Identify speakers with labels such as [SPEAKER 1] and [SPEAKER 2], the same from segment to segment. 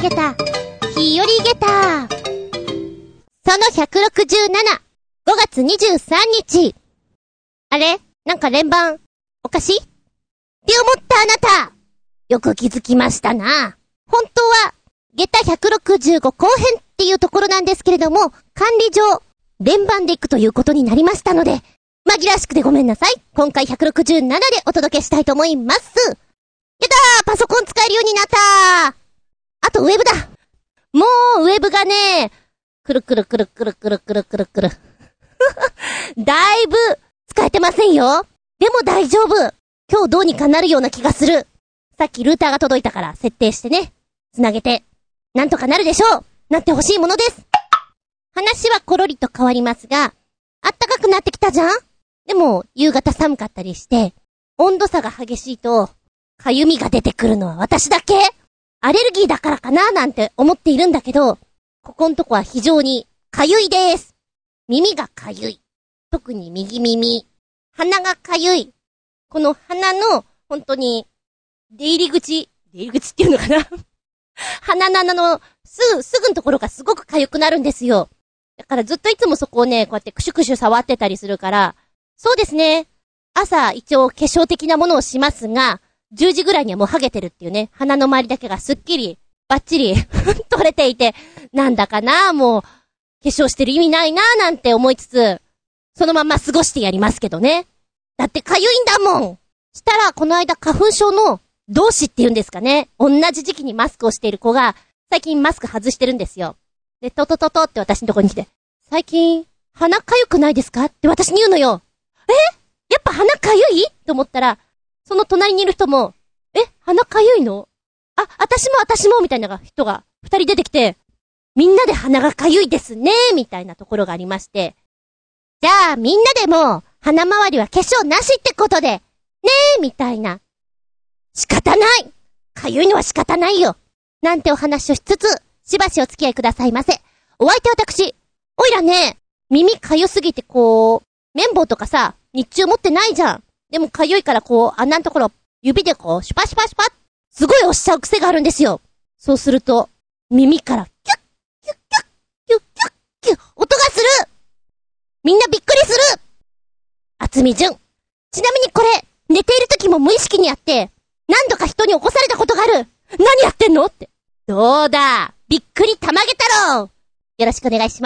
[SPEAKER 1] げた日和げたその167、5月23日。あれなんか連番おかしいって思ったあなた、よく気づきましたな。本当は下駄165後編っていうところなんですけれども、管理上連番で行くということになりましたので、紛らわしくてごめんなさい。今回167でお届けしたいと思います。やだー、パソコン使えるようになったー。あとウェブだ。もうウェブがね、くるくるくるくるくるくるくるくるだいぶ使えてませんよ。でも大丈夫。今日どうにかなるような気がする。さっきルーターが届いたから設定してね、つなげてなんとかなるでしょう。なってほしいものです。話はコロリと変わりますが、あったかくなってきたじゃん。でも夕方寒かったりして温度差が激しいとかゆみが出てくるのは私だけ？アレルギーだからかななんて思っているんだけど、ここんとこは非常にかゆいです。耳がかゆい。特に右耳。鼻がかゆい。この鼻の本当に出入り口っていうのかな鼻の穴のすぐのところがすごくかゆくなるんですよ。だからずっといつもそこをね、こうやってクシュクシュ触ってたりするから、そうですね。朝一応化粧的なものをしますが、10時ぐらいにはもうハゲてるっていうね、鼻の周りだけがすっきりバッチリ取れていて、なんだかな、もう化粧してる意味ないななんて思いつつ、そのまま過ごしてやりますけどね。だってかゆいんだもん。したらこの間花粉症の同志っていうんですかね、同じ時期にマスクをしている子が最近マスク外してるんですよ。で、トトトトって私のとこに来て、最近鼻かゆくないですかって私に言うのよ。やっぱ鼻かゆいと思ったら、その隣にいる人も、鼻かゆいの？私もみたいな人が2人出てきて、みんなで鼻がかゆいですねみたいなところがありまして、じゃあみんなでも鼻周りは化粧なしってことでねみたいな。仕方ない、かゆいのは仕方ないよなんてお話をしつつ、しばしお付き合いくださいませ。お相手私、おいらね、耳かゆすぎてこう綿棒とかさ、日中持ってないじゃん。でもかゆいからこう穴のところ指でこうシュパシュパシュパすごい押しちゃう癖があるんですよ。そうすると耳からキュッキュッキュッキュッキュッキュッ音がする。みんなびっくりする。厚み純。ちなみにこれ寝ている時も無意識にやって何度か人に起こされたことがある。何やってんのって。どうだ、びっくりたまげ太郎。よろしくお願いします。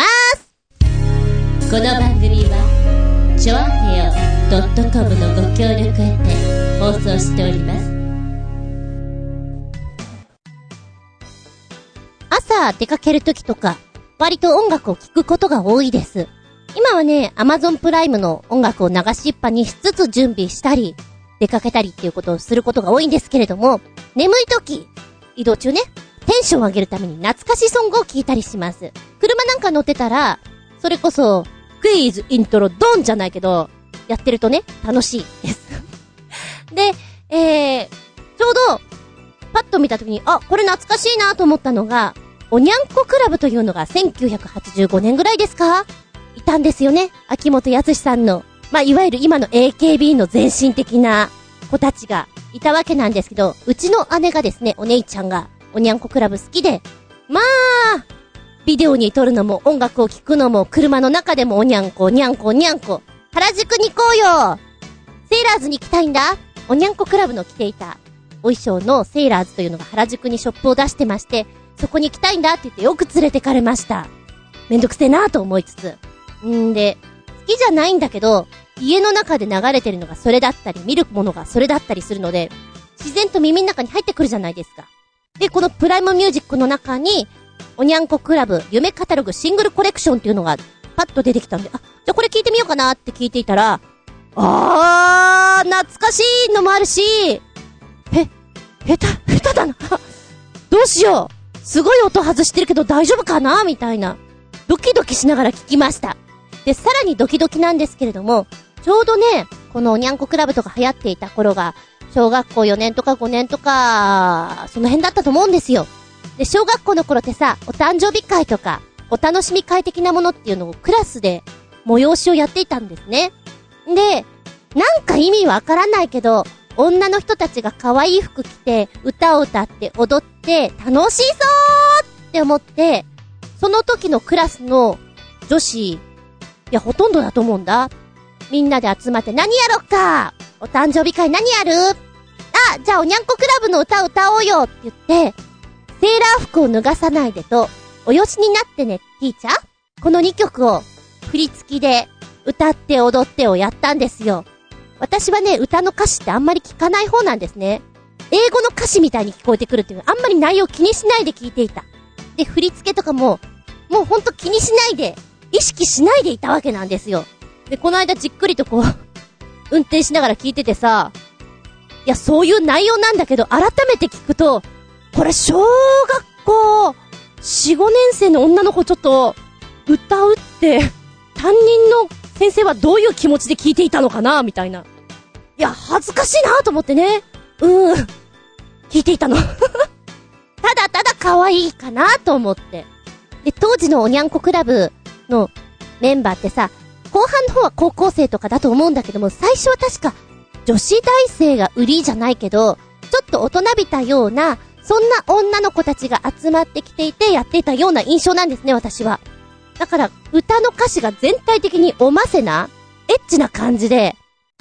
[SPEAKER 1] この番組はちょあへよ.com のご協力へて放送しております。朝出かけるときとか割と音楽を聴くことが多いです。今はね、Amazon プライムの音楽を流しっぱにしつつ準備したり出かけたりっていうことをすることが多いんですけれども、眠いとき、移動中ね、テンションを上げるために懐かしソングを聴いたりします。車なんか乗ってたら、それこそクイズイントロドンじゃないけどやってるとね、楽しいですで、ちょうどパッと見たときに、これ懐かしいなと思ったのが、おにゃんこクラブというのが1985年ぐらいですか、いたんですよね。秋元康さんの、いわゆる今の AKB の前身的な子たちがいたわけなんですけど、うちの姉がですね、お姉ちゃんがおにゃんこクラブ好きで、ビデオに撮るのも音楽を聴くのも車の中でもおにゃんこおにゃんこおにゃんこ。原宿に行こうよ、セーラーズに行きたいんだ。おにゃんこクラブの着ていたお衣装のセーラーズというのが原宿にショップを出してまして、そこに行きたいんだって言ってよく連れてかれました。めんどくせえなと思いつつ、で好きじゃないんだけど、家の中で流れてるのがそれだったり見るものがそれだったりするので、自然と耳の中に入ってくるじゃないですか。で、このプライムミュージックの中におにゃんこクラブ夢カタログシングルコレクションっていうのがパッと出てきたんで、じゃあこれ聞いてみようかなって聞いていたら、懐かしいのもあるし、下手だなどうしよう、すごい音外してるけど大丈夫かなみたいなドキドキしながら聞きました。で、さらにドキドキなんですけれども、ちょうどね、このおにゃんこクラブとか流行っていた頃が小学校4年とか5年とかその辺だったと思うんですよ。で、小学校の頃ってさ、お誕生日会とかお楽しみ会的なものっていうのをクラスで催しをやっていたんですね。で、なんか意味わからないけど、女の人たちが可愛い服着て歌を歌って踊って楽しそって思って、その時のクラスの女子、いや、ほとんどだと思うんだ。みんなで集まって何やろっか、お誕生日会何やる、あ、じゃあおにゃんこクラブの歌歌おうよって言って、セーラー服を脱がさないでと、およしになってね、ティーチャー、この2曲を振り付きで歌って踊ってをやったんですよ。私はね、歌の歌詞ってあんまり聞かない方なんですね。英語の歌詞みたいに聞こえてくるっていうの、あんまり内容気にしないで聞いていた。で、振り付けとかも、もうほんと気にしないで、意識しないでいたわけなんですよ。で、この間じっくりとこう、運転しながら聞いててさ、いや、そういう内容なんだけど、改めて聞くと、これ小学校、4、5年生の女の子ちょっと、歌うって、担任の先生はどういう気持ちで聞いていたのかなみたいな。いや、恥ずかしいなと思ってね。聞いていたの。ただただ可愛いかなと思って。で、当時のおにゃんこクラブのメンバーってさ、後半の方は高校生とかだと思うんだけども、最初は確か女子大生が売りじゃないけど、ちょっと大人びたような、そんな女の子たちが集まってきていてやっていたような印象なんですね、私は。だから歌の歌詞が全体的におませな、エッチな感じで、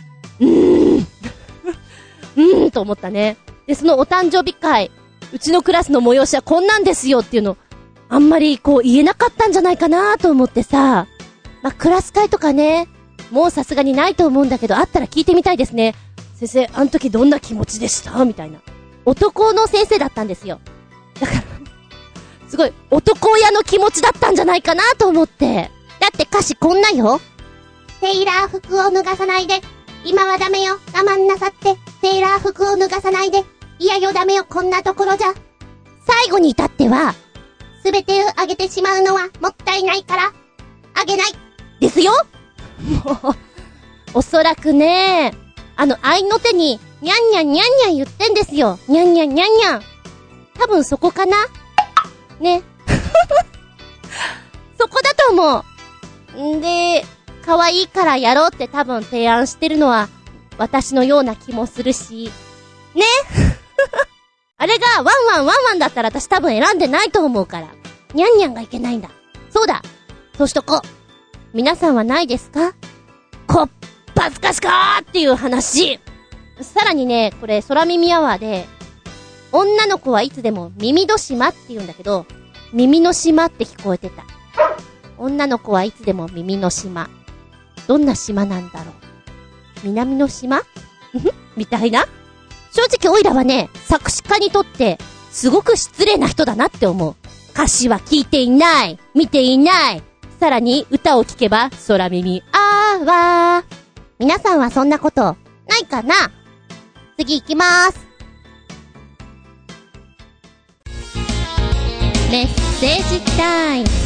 [SPEAKER 1] と思ったね。で、そのお誕生日会、うちのクラスの催しはこんなんですよっていうの、あんまりこう言えなかったんじゃないかなと思ってさ、まあ、クラス会とかね、もうさすがにないと思うんだけど、あったら聞いてみたいですね。先生、あの時どんな気持ちでしたみたいな。男の先生だったんですよ。だからすごい男親の気持ちだったんじゃないかなと思って。だって歌詞こんなよ。セーラー服を脱がさないで、今はダメよ、我慢なさって。セーラー服を脱がさないで、いやよダメよ、こんなところじゃ。最後に至っては、すべてをあげてしまうのはもったいないからあげないですよ。もうおそらくね、愛の手ににゃんにゃんにゃんにゃん言ってんですよ。にゃんにゃんにゃんにゃん。多分そこかなね。そこだと思う。んで、可愛いからやろうって多分提案してるのは私のような気もするしね。あれがワンワンワンワンだったら私多分選んでないと思うから、にゃんにゃんがいけないんだ。そうだ、そうしとこう。皆さんはないですか？こっぱずかしかーっていう話。さらにね、これ空耳アワーで、女の子はいつでも耳戸島って言うんだけど、耳の島って聞こえてた。女の子はいつでも耳の島。どんな島なんだろう。南の島みたいな。正直オイラはね、作詞家にとってすごく失礼な人だなって思う。歌詞は聞いていない、見ていない。さらに歌を聞けば空耳アワー。皆さんはそんなことないかな？次行きまーす。メッセージタイム。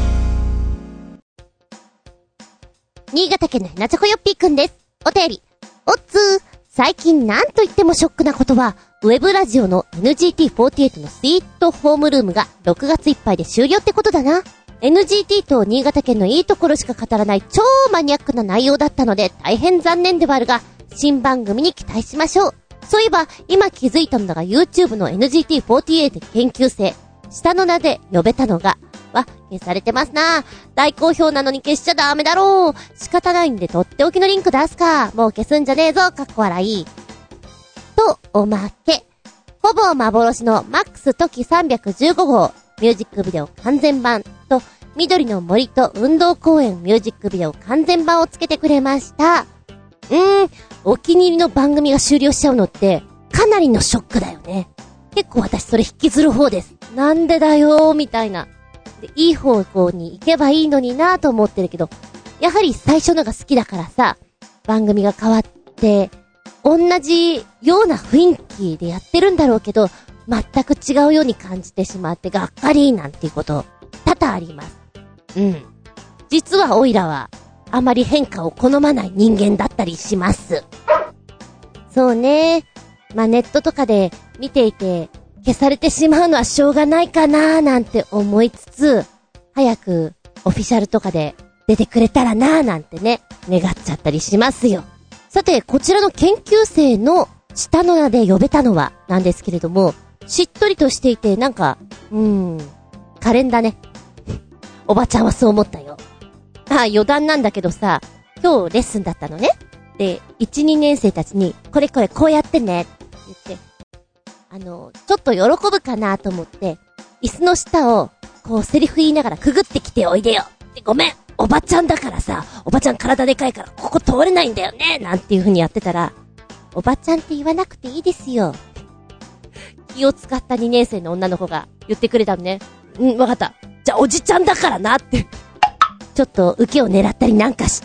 [SPEAKER 1] 新潟県のひなちょこよっぴーくんです。お便り。おっつー、最近なんと言ってもショックなことは、ウェブラジオの NGT48 のスイートホームルームが6月いっぱいで終了ってことだな。NGT と新潟県のいいところしか語らない超マニアックな内容だったので大変残念ではあるが、新番組に期待しましょう。そういえば今気づいたのだが YouTube の NGT48 研究生、下の名で呼べたのがは消されてますな。大好評なのに消しちゃダメだろう。仕方ないんでとっておきのリンク出すか。もう消すんじゃねえぞ、かっこ笑い。とおまけ、ほぼ幻のマックストキ315号ミュージックビデオ完全版と緑の森と運動公園ミュージックビデオ完全版をつけてくれました。お気に入りの番組が終了しちゃうのってかなりのショックだよね。結構私それ引きずる方です。なんでだよーみたいな。で、いい方向に行けばいいのになーと思ってるけど、やはり最初のが好きだからさ、番組が変わって同じような雰囲気でやってるんだろうけど、全く違うように感じてしまってがっかりなんていうこと多々あります。実はオイラはあまり変化を好まない人間だったりします。そうね。まあ、ネットとかで見ていて消されてしまうのはしょうがないかなーなんて思いつつ、早くオフィシャルとかで出てくれたらなーなんてね、願っちゃったりしますよ。さて、こちらの研究生の下の名で呼べたのはなんですけれども、しっとりとしていてなんか、 可憐だね。おばちゃんはそう思ったよ。余談なんだけどさ、今日レッスンだったのね。で、1、2年生たちに、これこうやってね、って言って、ちょっと喜ぶかなと思って、椅子の下を、こうセリフ言いながらくぐってきておいでよ。で、ごめん、おばちゃんだからさ、おばちゃん体でかいから、ここ通れないんだよね、なんていう風にやってたら、おばちゃんって言わなくていいですよ。気を使った2年生の女の子が言ってくれたのね。わかった。じゃあおじちゃんだからなって。ちょっと受けを狙ったりなんかして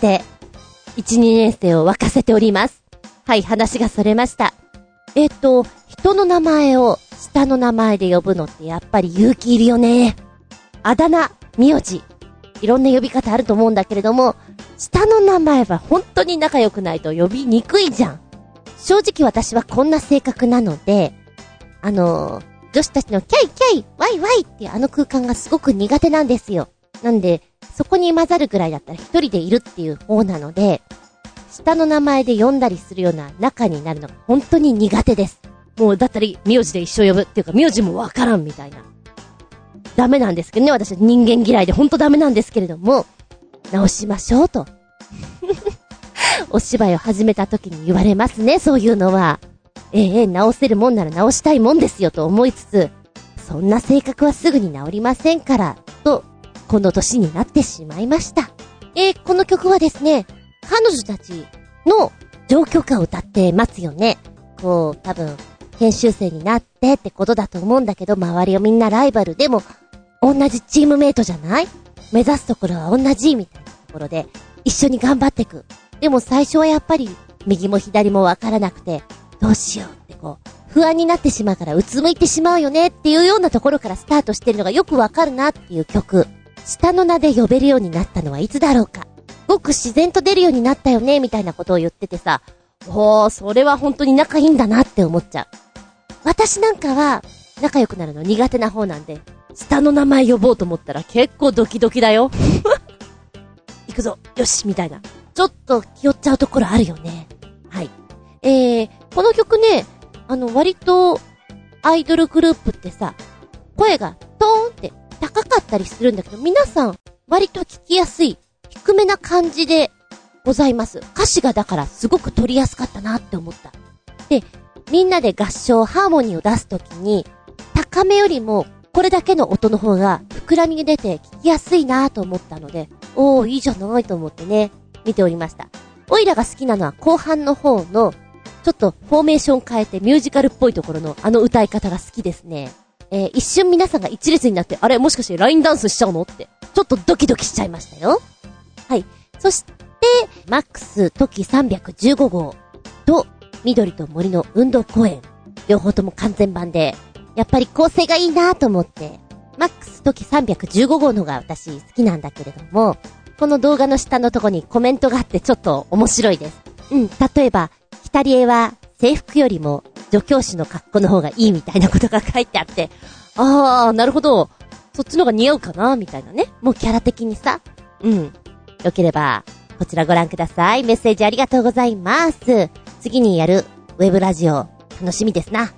[SPEAKER 1] 、1、2年生を沸かせております。はい、話がそれました。人の名前を下の名前で呼ぶのってやっぱり勇気いるよね。あだ名、名字、いろんな呼び方あると思うんだけれども、下の名前は本当に仲良くないと呼びにくいじゃん。正直私はこんな性格なので、女子たちのキャイキャイ、ワイワイっていう空間がすごく苦手なんですよ。なんで、そこに混ざるぐらいだったら一人でいるっていう方なので、下の名前で呼んだりするような仲になるのが本当に苦手です。もうだったり、名字で一生呼ぶっていうか、名字もわからんみたいな。ダメなんですけどね、私は人間嫌いで本当ダメなんですけれども、直しましょうと。お芝居を始めた時に言われますね、そういうのは。直せるもんなら直したいもんですよと思いつつ、そんな性格はすぐに治りませんから、と、この年になってしまいました。この曲はですね、彼女たちの状況下を歌ってますよね。こう、多分、研修生になってってことだと思うんだけど、周りはみんなライバルでも、同じチームメイトじゃない？目指すところは同じみたいなところで、一緒に頑張っていく。でも最初はやっぱり、右も左もわからなくて、どうしようってこう、不安になってしまうからうつむいてしまうよねっていうようなところからスタートしてるのがよくわかるなっていう曲。下の名で呼べるようになったのはいつだろうか。ごく自然と出るようになったよねみたいなことを言っててさ、それは本当に仲いいんだなって思っちゃう。私なんかは仲良くなるの苦手な方なんで、下の名前呼ぼうと思ったら結構ドキドキだよ。行くぞ、よしみたいな。ちょっと気負っちゃうところあるよね。はい。この曲ね、割とアイドルグループってさ、声がトーンって高かったりするんだけど、皆さん割と聞きやすい低めな感じでございます。歌詞がだからすごく取りやすかったなって思った。で、みんなで合唱、ハーモニーを出すときに、高めよりもこれだけの音の方が膨らみが出て聞きやすいなと思ったので、いいじゃないと思ってね、見ておりました。オイラが好きなのは後半の方の、ちょっとフォーメーション変えてミュージカルっぽいところの歌い方が好きですね。一瞬皆さんが一列になって、あれもしかしてラインダンスしちゃうのって、ちょっとドキドキしちゃいましたよ。はい。そして、マックス時315号と緑と森の運動公園。両方とも完全版で、やっぱり構成がいいなと思って、マックス時315号のが私好きなんだけれども、この動画の下のとこにコメントがあってちょっと面白いです。例えば、左絵は制服よりも助教師の格好の方がいいみたいなことが書いてあって、なるほど。そっちの方が似合うかなみたいなね。もうキャラ的にさ。よければ、こちらご覧ください。メッセージありがとうございます。次にやるウェブラジオ、楽しみですな。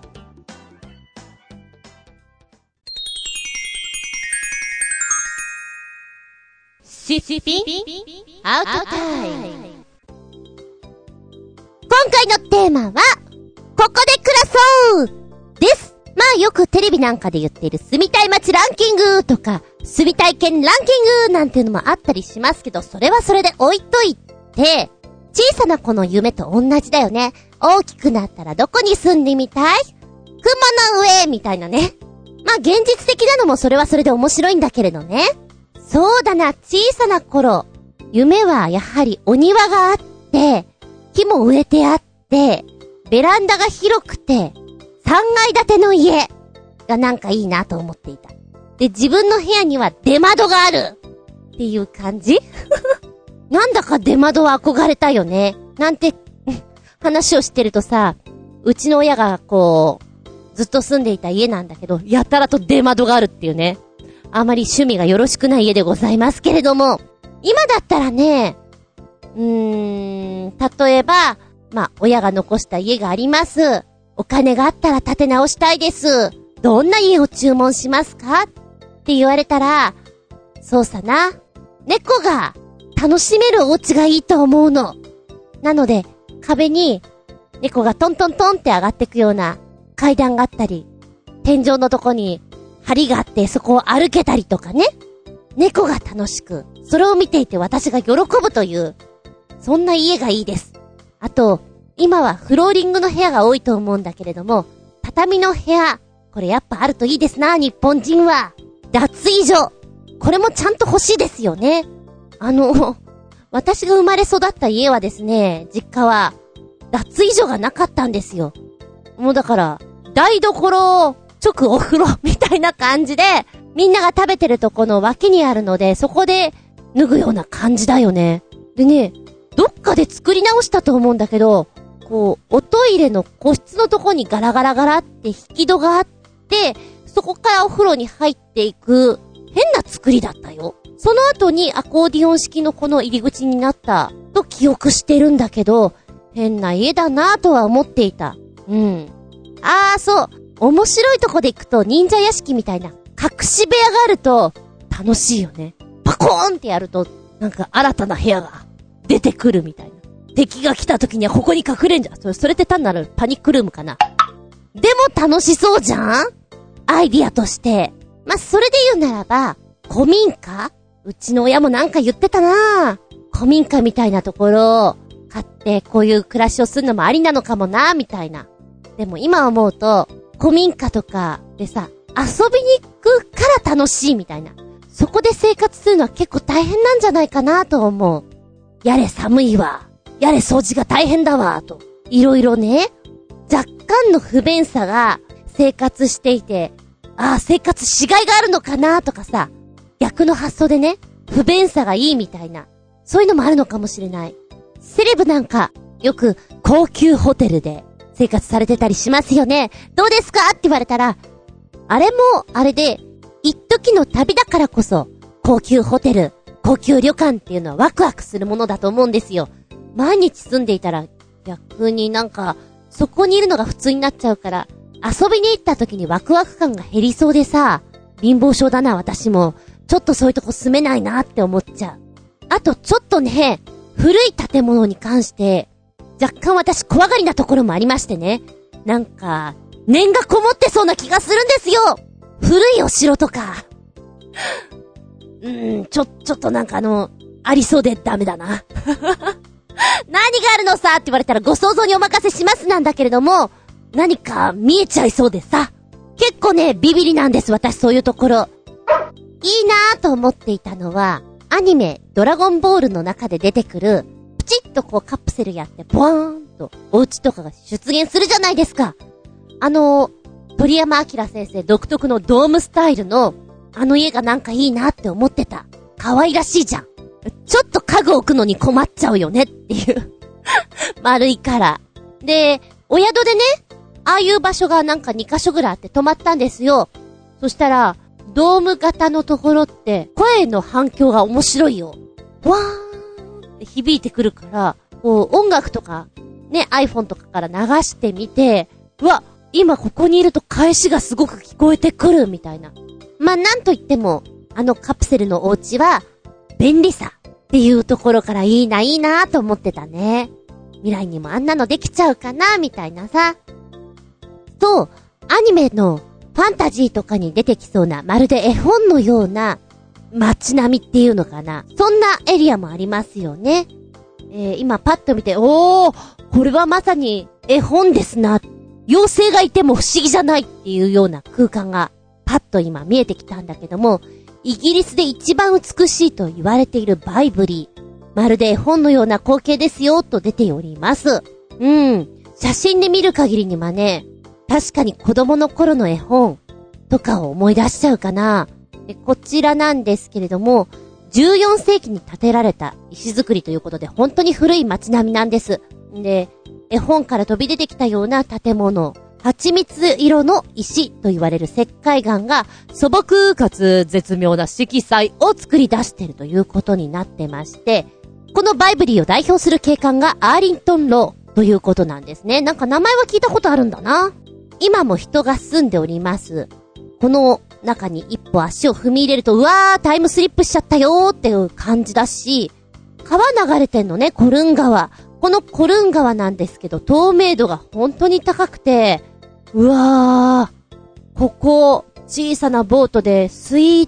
[SPEAKER 1] シッピンアウトタイム。今回のテーマは、ここで暮らそうです。まあよくテレビなんかで言っている住みたい街ランキングとか、住みたい県ランキングなんていうのもあったりしますけど、それはそれで置いといて、小さな子の夢と同じだよね。大きくなったらどこに住んでみたい？雲の上みたいなね。まあ現実的なのもそれはそれで面白いんだけれどね。そうだな、小さな頃、夢はやはりお庭があって、木も植えてあって、ベランダが広くて、3階建ての家がなんかいいなと思っていた。で、自分の部屋には出窓があるっていう感じなんだか出窓は憧れたよね。なんて話をしてるとさ、うちの親がこう、ずっと住んでいた家なんだけど、やたらと出窓があるっていうね。あまり趣味がよろしくない家でございますけれども、今だったらね、例えば、まあ、親が残した家があります。お金があったら建て直したいです。どんな家を注文しますか？ って言われたら、そうさな。猫が楽しめるお家がいいと思うの。なので、壁に猫がトントントンって上がってくような階段があったり、天井のとこに梁があってそこを歩けたりとかね。猫が楽しく、それを見ていて私が喜ぶという、そんな家がいいです。あと、今はフローリングの部屋が多いと思うんだけれども、畳の部屋、これやっぱあるといいですな、日本人は。脱衣所。これもちゃんと欲しいですよね。私が生まれ育った家はですね、実家は、脱衣所がなかったんですよ。もうだから、台所、直お風呂みたいな感じで、みんなが食べてるとこの脇にあるので、そこで脱ぐような感じだよね。でね、どっかで作り直したと思うんだけど、こう、おトイレの個室のとこにガラガラガラって引き戸があって、そこからお風呂に入っていく、変な作りだったよ。その後にアコーディオン式のこの入り口になったと記憶してるんだけど、変な家だなぁとは思っていた。うん。そう。面白いとこで行くと忍者屋敷みたいな隠し部屋があると楽しいよね。パコーンってやるとなんか新たな部屋が出てくるみたいな。敵が来た時にはここに隠れんじゃん。それって単なるパニックルームかな。でも楽しそうじゃん？アイディアとして。それで言うならば、古民家？うちの親もなんか言ってたなぁ。古民家みたいなところを買ってこういう暮らしをするのもありなのかもなぁ、みたいな。でも今思うと、古民家とかでさ、遊びに行くから楽しいみたいな。そこで生活するのは結構大変なんじゃないかなと思う。やれ寒いわ。やれ掃除が大変だわ。と。いろいろね。若干の不便さが生活していて、生活しがいがあるのかなとかさ。逆の発想でね、不便さがいいみたいな。そういうのもあるのかもしれない。セレブなんか、よく高級ホテルで生活されてたりしますよね。どうですかって言われたら、あれもあれで、一時の旅だからこそ、高級ホテル、高級旅館っていうのはワクワクするものだと思うんですよ。毎日住んでいたら、逆になんか、そこにいるのが普通になっちゃうから、遊びに行った時にワクワク感が減りそうでさ、貧乏症だな私も、ちょっとそういうとこ住めないなって思っちゃう。あとちょっとね、古い建物に関して、若干私怖がりなところもありましてね。なんか、念がこもってそうな気がするんですよ。古いお城とか。ちょっとなんかありそうでダメだな。何があるのさって言われたらご想像にお任せしますなんだけれども、何か見えちゃいそうでさ。結構ね、ビビりなんです私そういうところ。いいなぁと思っていたのは、アニメ、ドラゴンボールの中で出てくる、プチッとこうカプセルやって、ボーンとお家とかが出現するじゃないですか。鳥山明先生独特のドームスタイルの、家がなんかいいなって思ってた。可愛らしいじゃん。ちょっと家具置くのに困っちゃうよねっていう。丸いから。で、お宿でね、ああいう場所がなんか2カ所ぐらいあって泊まったんですよ。そしたら、ドーム型のところって声の反響が面白いよ。わーって響いてくるから、こう音楽とかね iPhone とかから流してみて、うわ、今ここにいると返しがすごく聞こえてくるみたいな。なんといってもカプセルのお家は便利さっていうところからいいなと思ってたね。未来にもあんなのできちゃうかなみたいなさ。とアニメのファンタジーとかに出てきそうな、まるで絵本のような街並みっていうのかな。そんなエリアもありますよね。今パッと見て、これはまさに絵本ですな。妖精がいても不思議じゃないっていうような空間がパッと今見えてきたんだけども、イギリスで一番美しいと言われているバイブリー。まるで絵本のような光景ですよと出ております。写真で見る限りにはね、確かに子供の頃の絵本とかを思い出しちゃうかな。で、こちらなんですけれども、14世紀に建てられた石造りということで本当に古い街並みなんです。で、絵本から飛び出てきたような建物、蜂蜜色の石と言われる石灰岩が素朴かつ絶妙な色彩を作り出しているということになってまして、このバイブリーを代表する景観がアーリントンローということなんですね。なんか名前は聞いたことあるんだな。今も人が住んでおります。 この中に一歩足を踏み入れると、うわー、タイムスリップしちゃったよーっていう感じだし、川流れてんのね、コルン川。このコルン川なんですけど、透明度が本当に高くて、うわー、ここ、小さなボートでスイーって、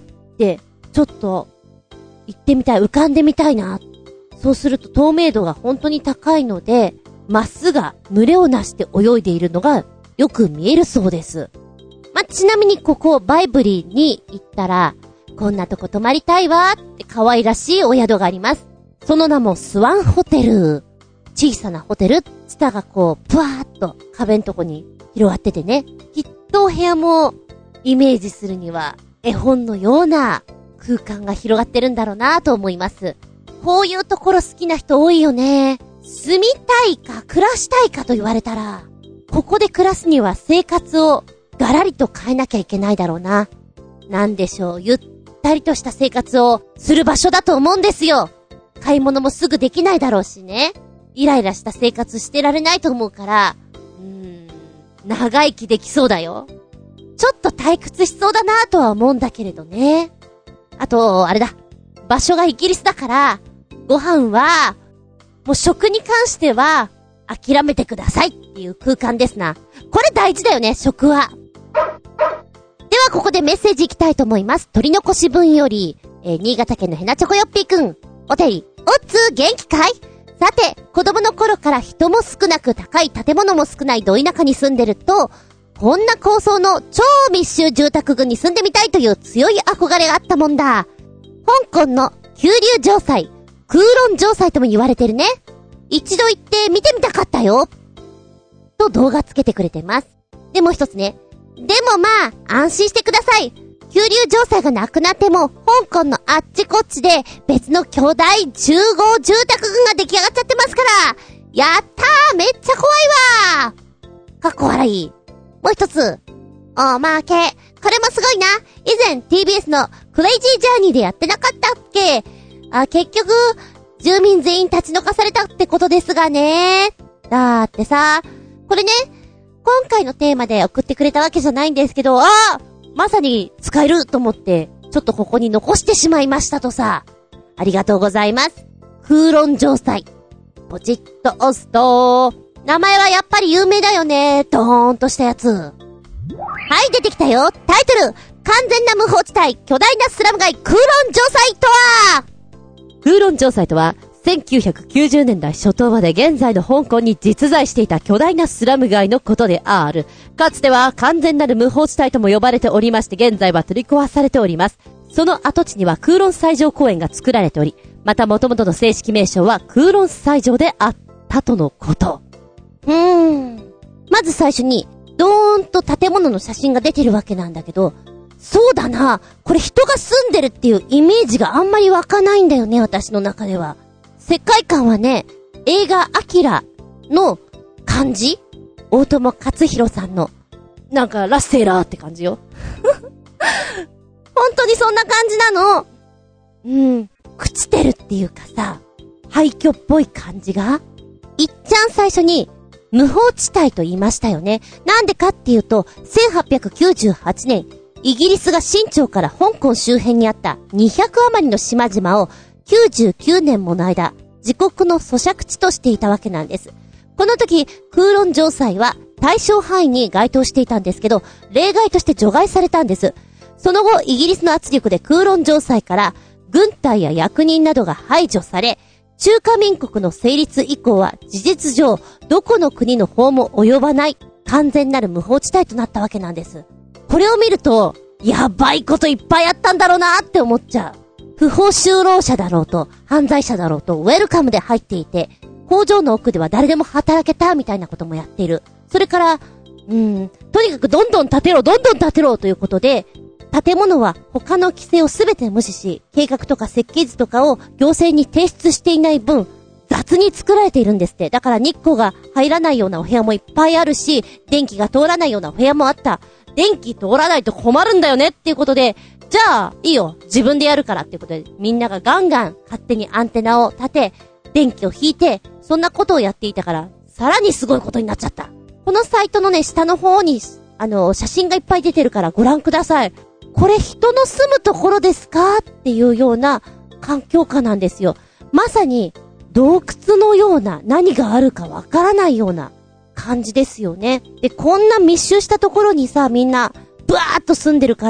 [SPEAKER 1] ちょっと、行ってみたい、浮かんでみたいな。そうすると透明度が本当に高いので、マスが群れをなして泳いでいるのがよく見えるそうです。ちなみにここバイブリーに行ったら、こんなとこ泊まりたいわって可愛らしいお宿があります。その名もスワンホテル。小さなホテル、ツタがこう、ぷわーっと壁のとこに広がっててね。きっとお部屋もイメージするには絵本のような空間が広がってるんだろうなと思います。こういうところ好きな人多いよね。住みたいか暮らしたいかと言われたら、ここで暮らすには生活をガラリと変えなきゃいけないだろうな。なんでしょう、ゆったりとした生活をする場所だと思うんですよ。買い物もすぐできないだろうしね。イライラした生活してられないと思うから、長生きできそうだよ。ちょっと退屈しそうだなとは思うんだけれどね。あと、あれだ。場所がイギリスだから、ご飯は、もう食に関しては、諦めてくださいっていう空間ですな。これ大事だよね、食は。ではここでメッセージいきたいと思います。取り残し分より、新潟県のヘナチョコヨッピーくん。お手り、おっつー元気かい？さて、子供の頃から人も少なく高い建物も少ないど田舎に住んでると、こんな高層の超密集住宅群に住んでみたいという強い憧れがあったもんだ。香港の急流城塞、空論城塞とも言われてるね。一度行って見てみたかったよ。と動画つけてくれてます。でも一つね。でもまあ、安心してください。急流城塞がなくなっても、香港のあっちこっちで別の巨大集合住宅群が出来上がっちゃってますから。やったー、めっちゃ怖いわー。かっこ笑い。もう一つ。おまけ。これもすごいな。以前 TBS のクレイジージャーニーでやってなかったっけ？結局、住民全員立ち退かされたってことですがね。だってさ、これね、今回のテーマで送ってくれたわけじゃないんですけど、まさに使えると思って、ちょっとここに残してしまいましたとさ。ありがとうございます。空論城塞。ポチッと押すと、名前はやっぱり有名だよね。ドーンとしたやつ。はい、出てきたよ。タイトル、完全な無法地帯、巨大なスラム街、空論城塞とは？空論城塞とは、1990年代初頭まで現在の香港に実在していた巨大なスラム街のことである。かつては完全なる無法地帯とも呼ばれておりまして、現在は取り壊されております。その跡地には空論西条公園が作られており、また元々の正式名称は空論西条であったとのこと。まず最初に、ドーンと建物の写真が出てるわけなんだけど、そうだな、これ人が住んでるっていうイメージがあんまり湧かないんだよね、私の中では。世界観はね、映画アキラの感じ？大友克洋さんの、なんかラッセラーって感じよ。本当にそんな感じなの。朽ちてるっていうかさ、廃墟っぽい感じが。いっちゃん最初に、無法地帯と言いましたよね。なんでかっていうと、1898年、イギリスが清朝から香港周辺にあった200余りの島々を99年もの間、自国の租借地としていたわけなんです。この時、空論城塞は対象範囲に該当していたんですけど、例外として除外されたんです。その後、イギリスの圧力で空論城塞から、軍隊や役人などが排除され、中華民国の成立以降は事実上、どこの国の法も及ばない完全なる無法地帯となったわけなんです。これを見ると、やばいこといっぱいあったんだろうなって思っちゃう。不法就労者だろうと、犯罪者だろうと、ウェルカムで入っていて、工場の奥では誰でも働けたみたいなこともやっている。それから、とにかくどんどん建てろということで、建物は他の規制をすべて無視し、計画とか設計図とかを行政に提出していない分、雑に作られているんですって。だから日光が入らないようなお部屋もいっぱいあるし、電気が通らないようなお部屋もあった。電気通らないと困るんだよねっていうことで、じゃあ、いいよ、自分でやるからっていうことで、みんながガンガン勝手にアンテナを立て、電気を引いて、そんなことをやっていたから、さらにすごいことになっちゃった。このサイトのね、下の方に写真がいっぱい出てるからご覧ください。これ人の住むところですかっていうような環境下なんですよ。まさに洞窟のような、何があるかわからないような感じですよね。で、こんな密集したところにさ、みんなブワーッと住んでるから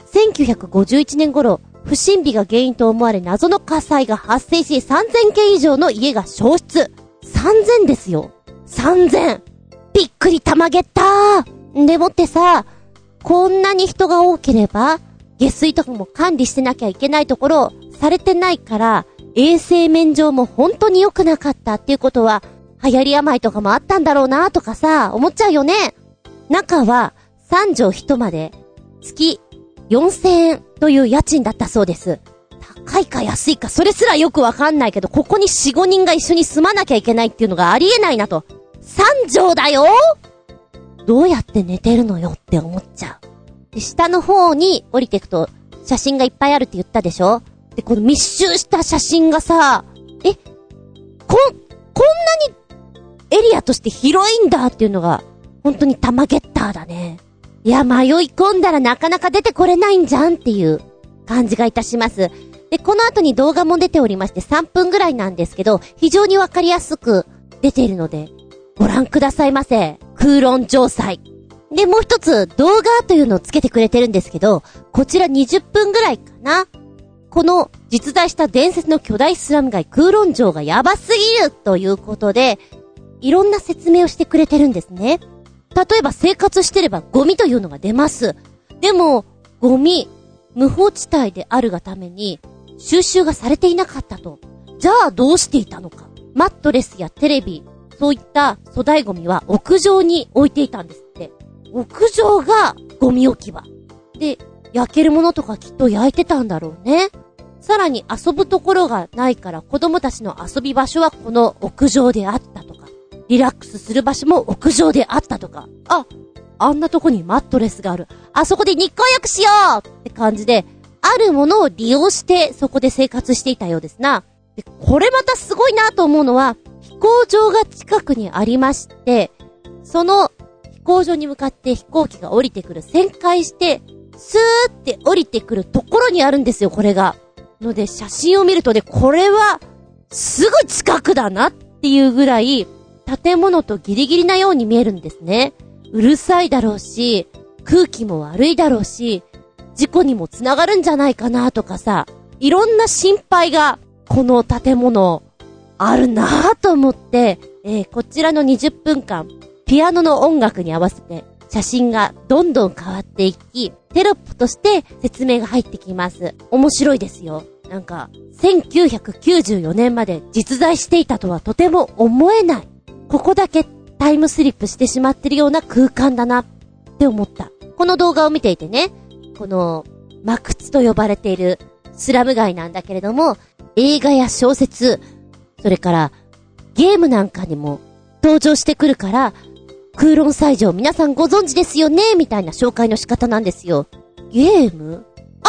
[SPEAKER 1] 、1951年頃、不審火が原因と思われ謎の火災が発生し、3000件以上の家が焼失。3000ですよ。3000。びっくりたまげったー。でもってさ、こんなに人が多ければ、下水とかも管理してなきゃいけないところ、されてないから、衛生面上も本当に良くなかったっていうことは、流行り病とかもあったんだろうなとかさ、思っちゃうよね。中は3畳一間で月4000円という家賃だったそうです。高いか安いかそれすらよくわかんないけど、ここに 4,5 人が一緒に住まなきゃいけないっていうのがありえないなと。3畳だよ？どうやって寝てるのよって思っちゃう。で、下の方に降りていくと写真がいっぱいあるって言ったでしょ？で、この密集した写真がさ、こんなにエリアとして広いんだっていうのが、本当にタマゲッターだね。いや、迷い込んだらなかなか出てこれないんじゃんっていう感じがいたします。で、この後に動画も出ておりまして3分ぐらいなんですけど、非常にわかりやすく出ているので、ご覧くださいませ。空論城塞。で、もう一つ動画というのをつけてくれてるんですけど、こちら20分ぐらいかな。この実在した伝説の巨大スラム街空論城がやばすぎるということで、いろんな説明をしてくれてるんですね。例えば生活してればゴミというのが出ます。でも、ゴミ、無法地帯であるがために収集がされていなかったと。じゃあどうしていたのか。マットレスやテレビ、そういった粗大ゴミは屋上に置いていたんですって。屋上がゴミ置き場。で、焼けるものとかきっと焼いてたんだろうね。さらに遊ぶところがないから子供たちの遊び場所はこの屋上であったとか、リラックスする場所も屋上であったとか、あんなとこにマットレスがある。あそこで日光浴しようって感じで、あるものを利用してそこで生活していたようですな。で、これまたすごいなと思うのは、飛行場が近くにありまして、その飛行場に向かって飛行機が降りてくる、旋回して、スーって降りてくるところにあるんですよ、これが。ので、写真を見るとね、これは、すぐ近くだなっていうぐらい、建物とギリギリなように見えるんですね。うるさいだろうし、空気も悪いだろうし、事故にもつながるんじゃないかなとかさ、いろんな心配が、この建物、あるなぁと思って、こちらの20分間、ピアノの音楽に合わせて、写真がどんどん変わっていき、テロップとして説明が入ってきます。面白いですよ。なんか、1994年まで実在していたとはとても思えない。ここだけタイムスリップしてしまってるような空間だなって思った。この動画を見ていてね、この、マクツと呼ばれているスラム街なんだけれども、映画や小説、それからゲームなんかにも登場してくるから、空論西条皆さんご存知ですよねみたいな紹介の仕方なんですよ。ゲーム？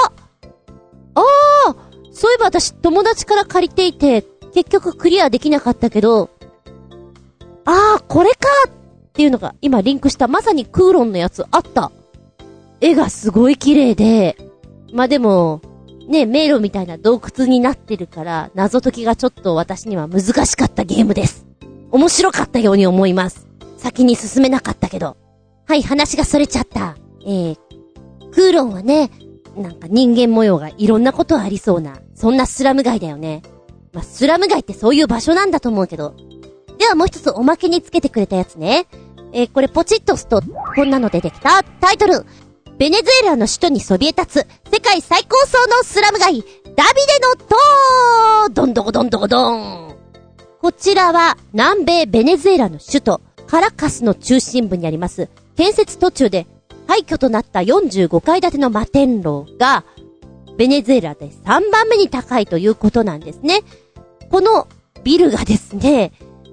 [SPEAKER 1] そういえば私友達から借りていて、結局クリアできなかったけど、これかっていうのが今リンクしたまさに空論のやつあった。絵がすごい綺麗で、でも、ね、迷路みたいな洞窟になってるから、謎解きがちょっと私には難しかったゲームです。面白かったように思います。先に進めなかったけど。はい、話がそれちゃった。空論はね、なんか人間模様がいろんなことありそうな、そんなスラム街だよね。スラム街ってそういう場所なんだと思うけど。ではもう一つおまけにつけてくれたやつね。これポチッと押すと、こんなの出てきた。タイトル。ベネズエラの首都にそびえ立つ、世界最高層のスラム街、ダビデの塔どんどこどんどこどん。こちらは南米ベネズエラの首都、カラカスの中心部にあります。建設途中で廃墟となった45階建ての摩天楼が、ベネズエラで3番目に高いということなんですね。このビルがですね、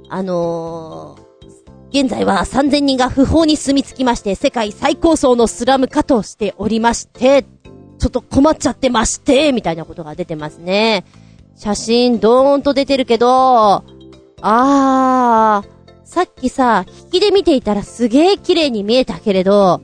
[SPEAKER 1] 現在は3000人が不法に住み着きまして、世界最高層のスラム化としておりまして、ちょっと困っちゃってまして、みたいなことが出てますね。写真ドーンと出てるけど、さっきさ、引きで見ていたらすげー綺麗に見えたけれど、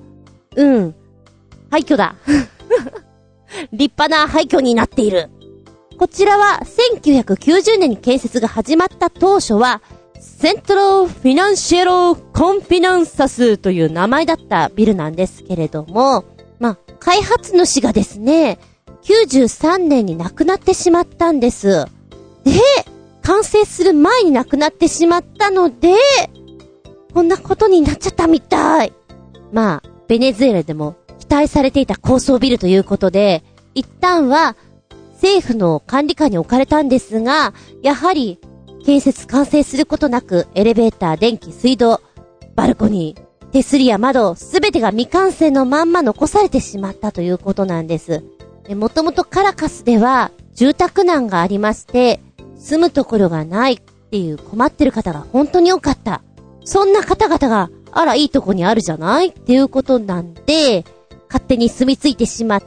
[SPEAKER 1] 廃墟だ。立派な廃墟になっている。こちらは1990年に建設が始まった当初は、セントロフィナンシェロコンフィナンサスという名前だったビルなんですけれども、開発主がですね、93年に亡くなってしまったんです。で、完成する前に亡くなってしまったので、こんなことになっちゃったみたい。ベネズエラでも期待されていた高層ビルということで、一旦は政府の管理下に置かれたんですが、やはり建設完成することなく、エレベーター、電気、水道、バルコニー、手すりや窓、すべてが未完成のまんま残されてしまったということなんです。もともとカラカスでは住宅難がありまして、住むところがないっていう困ってる方が本当に多かった。そんな方々が、あらいいとこにあるじゃないっていうことなんで、勝手に住み着いてしまって、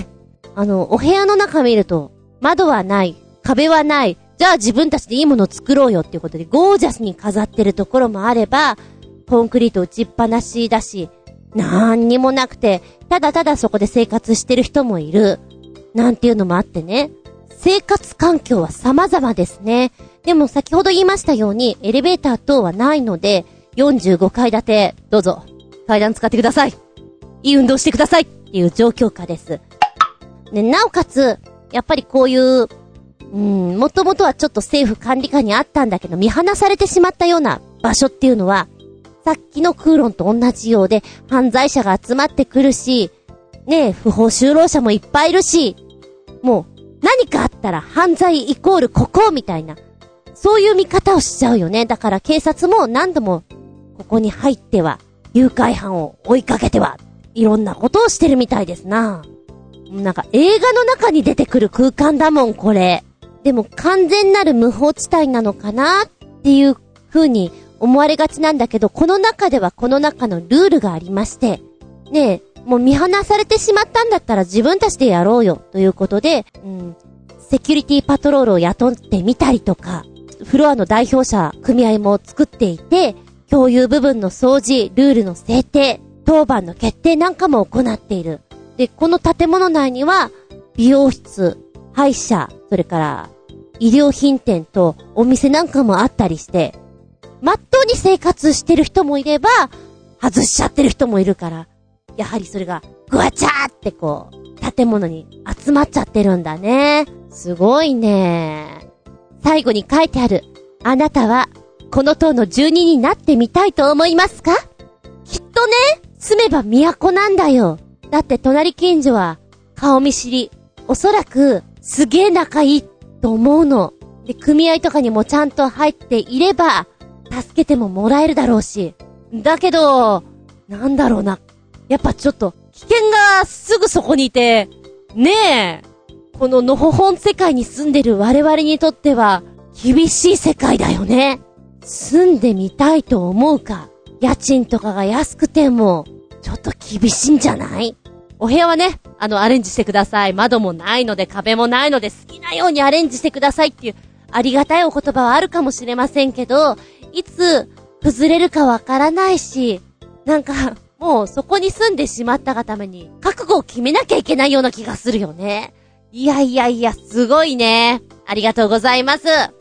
[SPEAKER 1] お部屋の中見ると、窓はない、壁はない、じゃあ自分たちでいいものを作ろうよっていうことでゴージャスに飾ってるところもあれば、コンクリート打ちっぱなしだし、なんにもなくて、ただただそこで生活してる人もいる。なんていうのもあってね。生活環境は様々ですね。でも先ほど言いましたように、エレベーター等はないので、45階建て、どうぞ、階段使ってください。いい運動してくださいっていう状況下です。ね、なおかつ、やっぱりこういう、もともとはちょっと政府管理下にあったんだけど、見放されてしまったような場所っていうのは、さっきの空論と同じようで、犯罪者が集まってくるし、ねえ、不法就労者もいっぱいいるし、もう、何かあったら犯罪イコールここみたいな、そういう見方をしちゃうよね。だから警察も何度も、ここに入っては、誘拐犯を追いかけては、いろんなことをしてるみたいですな。なんか映画の中に出てくる空間だもん、これ。でも完全なる無法地帯なのかなっていう風に思われがちなんだけど、この中ではこの中のルールがありまして、ねえ、もう見放されてしまったんだったら自分たちでやろうよということで、セキュリティパトロールを雇ってみたりとか、フロアの代表者組合も作っていて、共有部分の掃除、ルールの制定、当番の決定なんかも行っている。で、この建物内には美容室、歯医者、それから医療品店とお店なんかもあったりして、まっとうに生活してる人もいれば、外しちゃってる人もいるから、やはりそれがぐわちゃーってこう、建物に集まっちゃってるんだね。すごいね。最後に書いてある。あなたは、この塔の住人になってみたいと思いますか？きっとね、住めば都なんだよ。だって隣近所は、顔見知り。おそらく、すげえ仲いいと思うの。で、組合とかにもちゃんと入っていれば、助けてももらえるだろうし。だけど、なんだろうな。やっぱちょっと、危険がすぐそこにいて、ねえ、こののほほん世界に住んでる我々にとっては、厳しい世界だよね。住んでみたいと思うか。家賃とかが安くても、ちょっと厳しいんじゃない？お部屋はね、アレンジしてください。窓もないので、壁もないので、好きなようにアレンジしてくださいっていう、ありがたいお言葉はあるかもしれませんけど、いつ、崩れるかわからないし、なんか、もうそこに住んでしまったがために、覚悟を決めなきゃいけないような気がするよね。いやいやいや、すごいね。ありがとうございます。はい、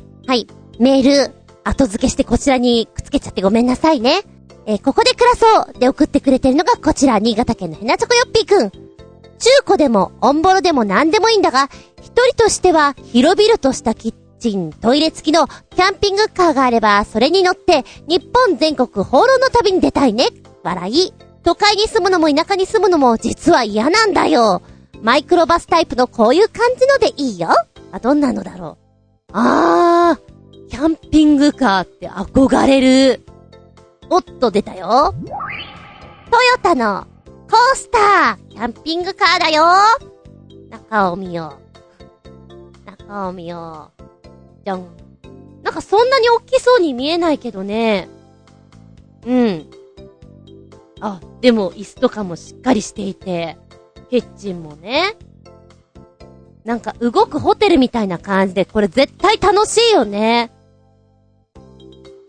[SPEAKER 1] メール、後付けしてこちらにくっつけちゃってごめんなさいね。ここで暮らそうで送ってくれてるのがこちら、新潟県のヘナチョコヨッピーくん。中古でもオンボロでも何でもいいんだが、一人としては広々としたキッチン、トイレ付きのキャンピングカーがあれば、それに乗って日本全国放浪の旅に出たいね。笑い。都会に住むのも田舎に住むのも実は嫌なんだよ。マイクロバスタイプのこういう感じのでいいよ。どんなのだろう。キャンピングカーって憧れる。おっと出たよ。トヨタのコースターキャンピングカーだよ。中を見よう。中を見よう。じゃん。なんかそんなに大きそうに見えないけどね。うん。でも椅子とかもしっかりしていて、キッチンもね。なんか動くホテルみたいな感じで、これ絶対楽しいよね。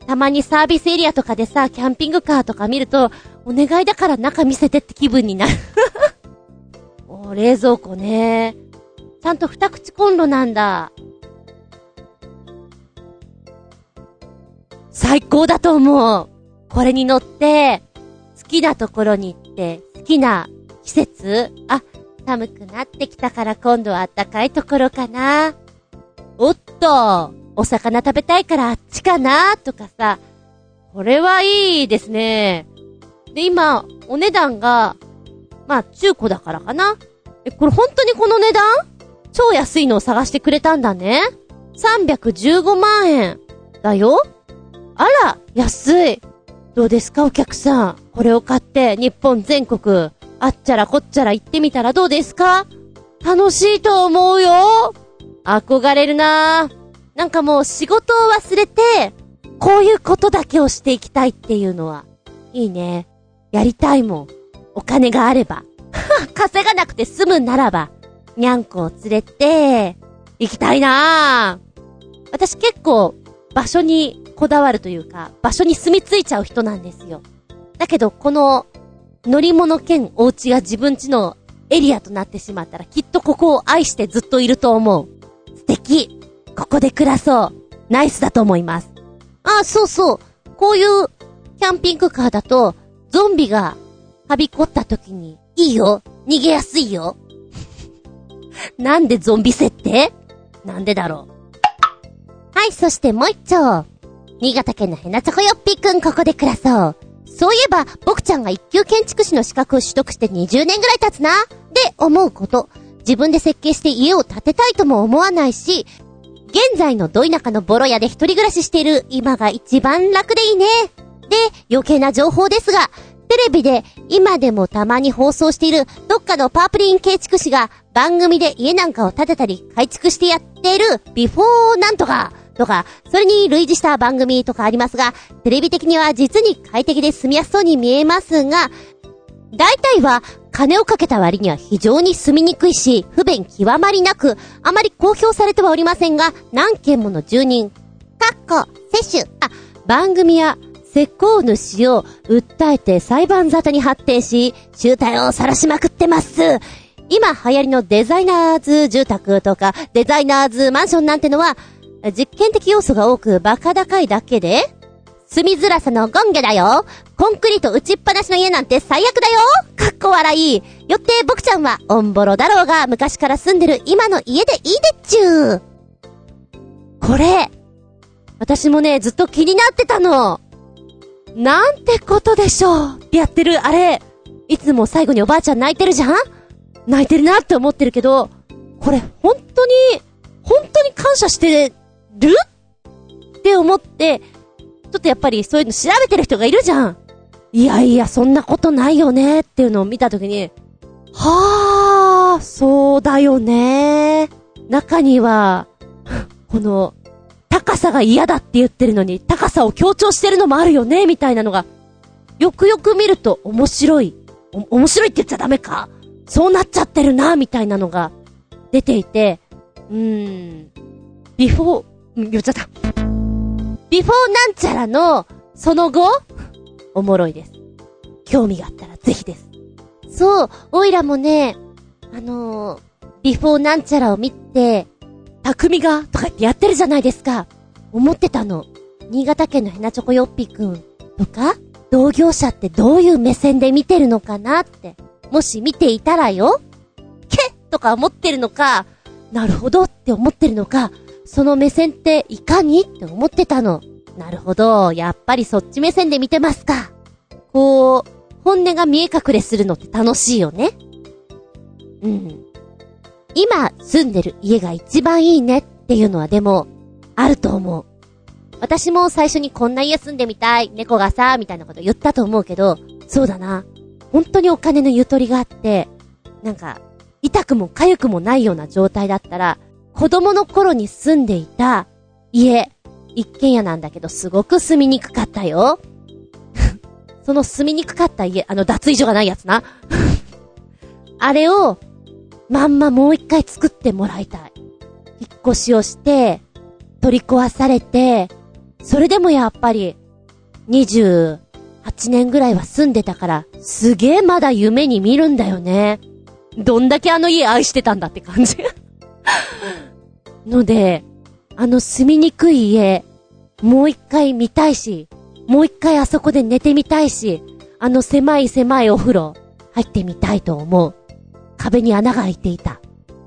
[SPEAKER 1] たまにサービスエリアとかでさ、キャンピングカーとか見ると、お願いだから中見せてって気分になる。冷蔵庫ね。ちゃんと二口コンロなんだ。最高だと思う。これに乗って、好きなところに行って、好きな季節、寒くなってきたから今度は暖かいところかな。おっと、お魚食べたいからあっちかなとかさ。これはいいですね。で、今、お値段が、中古だからかな。これ本当にこの値段？超安いのを探してくれたんだね。315万円。だよ。あら、安い。どうですかお客さん。これを買って日本全国、あっちゃらこっちゃら行ってみたらどうですか？楽しいと思うよ。憧れるな。なんかもう仕事を忘れて、こういうことだけをしていきたいっていうのは、いいね。やりたいもん。お金があれば。稼がなくて済むならば、にゃんこを連れて、行きたいな。私結構、場所にこだわるというか、場所に住み着いちゃう人なんですよ。だけど、この、乗り物兼お家が自分家のエリアとなってしまったら、きっとここを愛してずっといると思う。素敵。ここで暮らそう。ナイスだと思います。そうそう。こういうキャンピングカーだと、ゾンビがはびこった時に、いいよ。逃げやすいよ。なんでゾンビ設定？なんでだろう。はい、そしてもう一丁。新潟県のヘナチョコヨッピーくん、ここで暮らそう。そういえば、僕ちゃんが一級建築士の資格を取得して20年ぐらい経つな。で、思うこと。自分で設計して家を建てたいとも思わないし、現在のど田舎のボロ屋で一人暮らししている今が一番楽でいいね。で、余計な情報ですが、テレビで今でもたまに放送しているどっかのパープリン建築士が番組で家なんかを建てたり改築してやっているビフォーなんとかとか、それに類似した番組とかありますが、テレビ的には実に快適で住みやすそうに見えますが、大体は金をかけた割には非常に住みにくいし、不便極まりなく、あまり公表されてはおりませんが、何件もの住人、番組や施工主を訴えて裁判沙汰に発展し、醜態を晒しまくってます。今流行りのデザイナーズ住宅とか、デザイナーズマンションなんてのは、実験的要素が多くバカ高いだけで、住みづらさのゴンゲだよ。コンクリート打ちっぱなしの家なんて最悪だよ。かっこ笑い。よって僕ちゃんはオンボロだろうが昔から住んでる今の家でいいでっちゅー。これ、私もね、ずっと気になってたの。なんてことでしょうってやってるあれ、いつも最後におばあちゃん泣いてるじゃん？泣いてるなって思ってるけど、これ本当に感謝してるって思って、ちょっとやっぱりそういうの調べてる人がいるじゃん。いやいや、そんなことないよねっていうのを見たときに、はぁ、そうだよね。中には、この、高さが嫌だって言ってるのに、高さを強調してるのもあるよね、みたいなのが、よくよく見ると面白い。面白いって言っちゃダメか。そうなっちゃってるな、みたいなのが出ていて、ビフォー、言っちゃった。ビフォーなんちゃらの、その後、おもろいです。興味があったらぜひです。そう、おいらもね、ビフォーなんちゃらを見て、匠がとか言ってやってるじゃないですか。思ってたの。新潟県のヘナチョコヨッピくんとか、同業者ってどういう目線で見てるのかなって。もし見ていたらよ、けとか思ってるのか、なるほどって思ってるのか、その目線っていかにって思ってたの。なるほど、やっぱりそっち目線で見てますか。こう、本音が見え隠れするのって楽しいよね。今住んでる家が一番いいねっていうのはでも、あると思う。私も最初にこんな家住んでみたい、猫がさ、みたいなこと言ったと思うけど、そうだな。本当にお金のゆとりがあって、なんか、痛くも痒くもないような状態だったら、子供の頃に住んでいた家、一軒家なんだけどすごく住みにくかったよ。その住みにくかった家、脱衣所がないやつな。あれを、まんまもう一回作ってもらいたい。引っ越しをして、取り壊されて、 それでもやっぱり、28年ぐらいは住んでたから、すげえまだ夢に見るんだよね。どんだけあの家愛してたんだって感じ。ので、住みにくい家、もう一回見たいし、もう一回あそこで寝てみたいし、狭いお風呂、入ってみたいと思う。壁に穴が開いていた。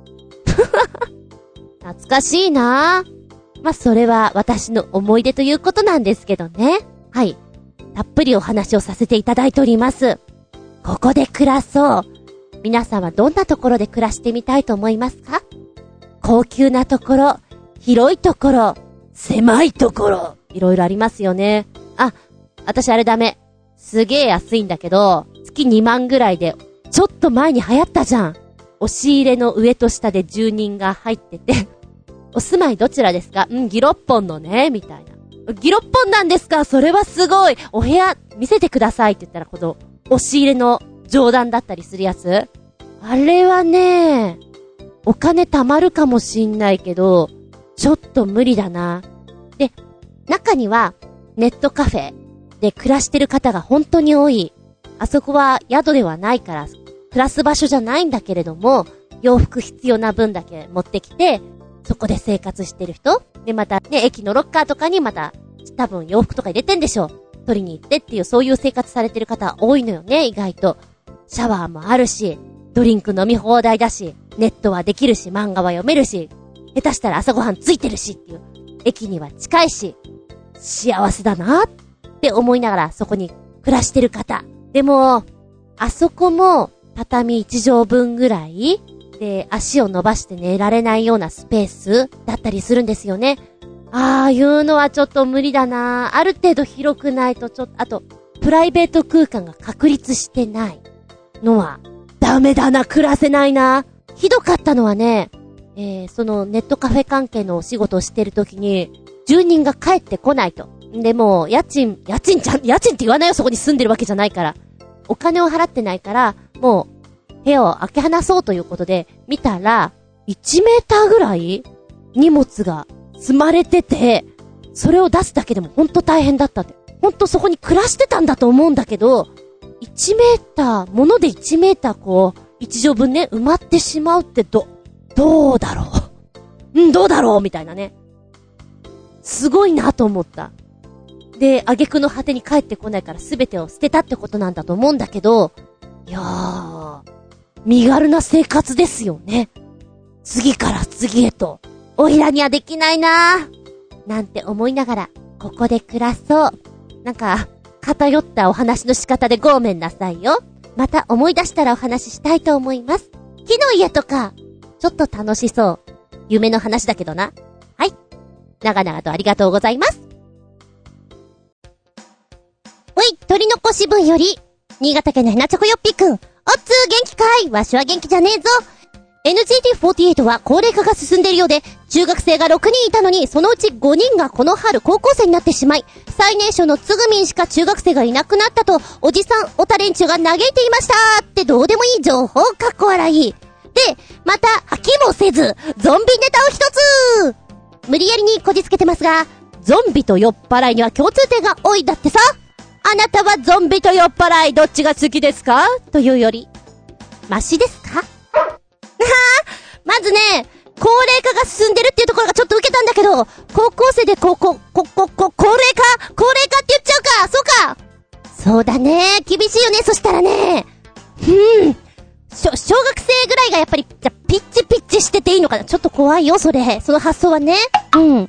[SPEAKER 1] 懐かしいなぁ。まあ、それは私の思い出ということなんですけどね。はい。たっぷりお話をさせていただいております。ここで暮らそう。皆さんはどんなところで暮らしてみたいと思いますか？高級なところ、広いところ、狭いところ、いろいろありますよね。あ、私あれダメ。すげえ安いんだけど、月2万ぐらいで、ちょっと前に流行ったじゃん。押し入れの上と下で住人が入ってて、お住まいどちらですか？ギロッポンのね、みたいな。ギロッポンなんですか？それはすごい。お部屋見せてくださいって言ったら、この、押し入れの上段だったりするやつ？あれはね、お金貯まるかもしんないけど、ちょっと無理だな。で、中には、ネットカフェで暮らしてる方が本当に多い。あそこは宿ではないから、暮らす場所じゃないんだけれども、洋服必要な分だけ持ってきて、そこで生活してる人で、またね、駅のロッカーとかにまた、多分洋服とか入れてんでしょ。取りに行ってっていう、そういう生活されてる方多いのよね、意外と。シャワーもあるし、ドリンク飲み放題だし、ネットはできるし、漫画は読めるし、下手したら朝ごはんついてるしっていう、駅には近いし、幸せだなって思いながらそこに暮らしてる方。でも、あそこも畳1畳分ぐらいで足を伸ばして寝られないようなスペースだったりするんですよね。ああいうのはちょっと無理だな。ある程度広くないとちょっと、あと、プライベート空間が確立してないのはダメだな、暮らせないな。ひどかったのはね、そのネットカフェ関係のお仕事をしてるときに、住人が帰ってこないと。でも、家賃って言わないよ、そこに住んでるわけじゃないから。お金を払ってないから、もう、部屋を開け放そうということで、見たら、1メーターぐらい荷物が積まれてて、それを出すだけでもほんと大変だったって。ほんとそこに暮らしてたんだと思うんだけど、1メーター、物で1メーターこう、1畳分ね、埋まってしまうってどうだろうどうだろうみたいなね。すごいなと思った。で、挙句の果てに帰ってこないから全てを捨てたってことなんだと思うんだけど、いやー、身軽な生活ですよね。次から次へと。おいらにはできないなーなんて思いながら、ここで暮らそう。なんか、偏ったお話の仕方でごめんなさいよ。また思い出したらお話ししたいと思います。木の家とか、ちょっと楽しそう。夢の話だけどな。はい。長々とありがとうございます。おい、取り残し分より、新潟県のヘナチョコヨッピーくん。おっつー元気かい？わしは元気じゃねえぞ。NGT48 は高齢化が進んでいるようで、中学生が6人いたのに、そのうち5人がこの春高校生になってしまい、最年少のつぐみんしか中学生がいなくなったと、おじさんおた連中が嘆いていましたってどうでもいい情報かっこ笑い。で、また、飽きもせず、ゾンビネタを一つ無理やりにこじつけてますが、ゾンビと酔っ払いには共通点が多いだってさ。あなたはゾンビと酔っ払いどっちが好きですか？というより、マシですか？まずね、高齢化が進んでるっていうところがちょっと受けたんだけど、高校生で高齢化って言っちゃうか。そうか。そうだね。厳しいよね。そしたらね。小学生ぐらいがやっぱり、じゃ、ピッチしてていいのかな。ちょっと怖いよ、それ。その発想はね。はい、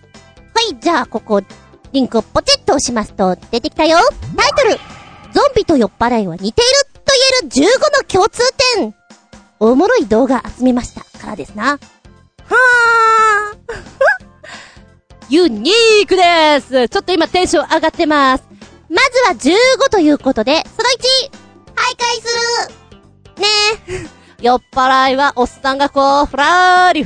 [SPEAKER 1] じゃあ、ここ、リンクをポチッと押しますと、出てきたよ。タイトル。ゾンビと酔っ払いは似ていると言える15の共通点。おもろい動画集めました。からですな。はー。ユニークです。ちょっと今テンション上がってます。まずは15ということで、その1。徘徊する。ねえ。酔っ払いはおっさんがこう、ふらーり。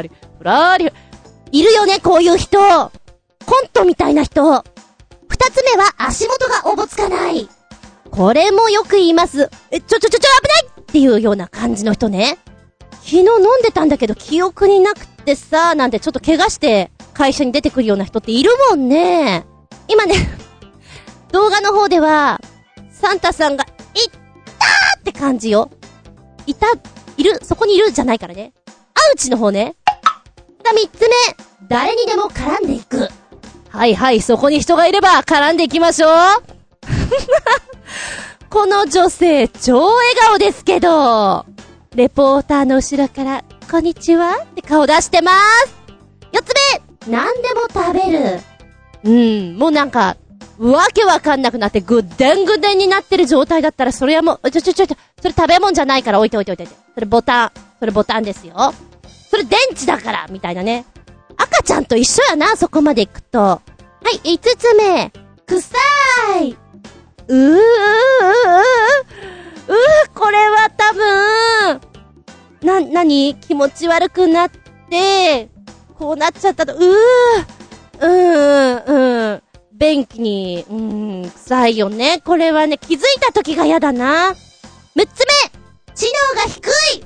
[SPEAKER 1] いるよね、こういう人。コントみたいな人。2つ目は足元がおぼつかない。これもよく言います。危ないっていうような感じの人ね。昨日飲んでたんだけど記憶になくてさ、なんてちょっと怪我して会社に出てくるような人っているもんね。 今ね、動画の方では、サンタさんが、いったーって感じよ。いる、そこにいるじゃないからね。アウチの方ね。3つ目、誰にでも絡んでいく。はいはい、そこに人がいれば絡んでいきましょう。この女性、超笑顔ですけど、レポーターの後ろから、こんにちはって顔出してます。4つ目、何でも食べる。もうなんか、わけわかんなくなってぐでんぐでんになってる状態だったら、それはもう、それ食べ物じゃないから置いて。それボタンですよ。それ電池だからみたいなね。赤ちゃんと一緒やな、そこまで行くと。はい、5つ目。臭い。これは多分、何気持ち悪くなって、こうなっちゃったと、便器に、臭いよね。これはね、気づいた時が嫌だな。6つ目、知能が低い。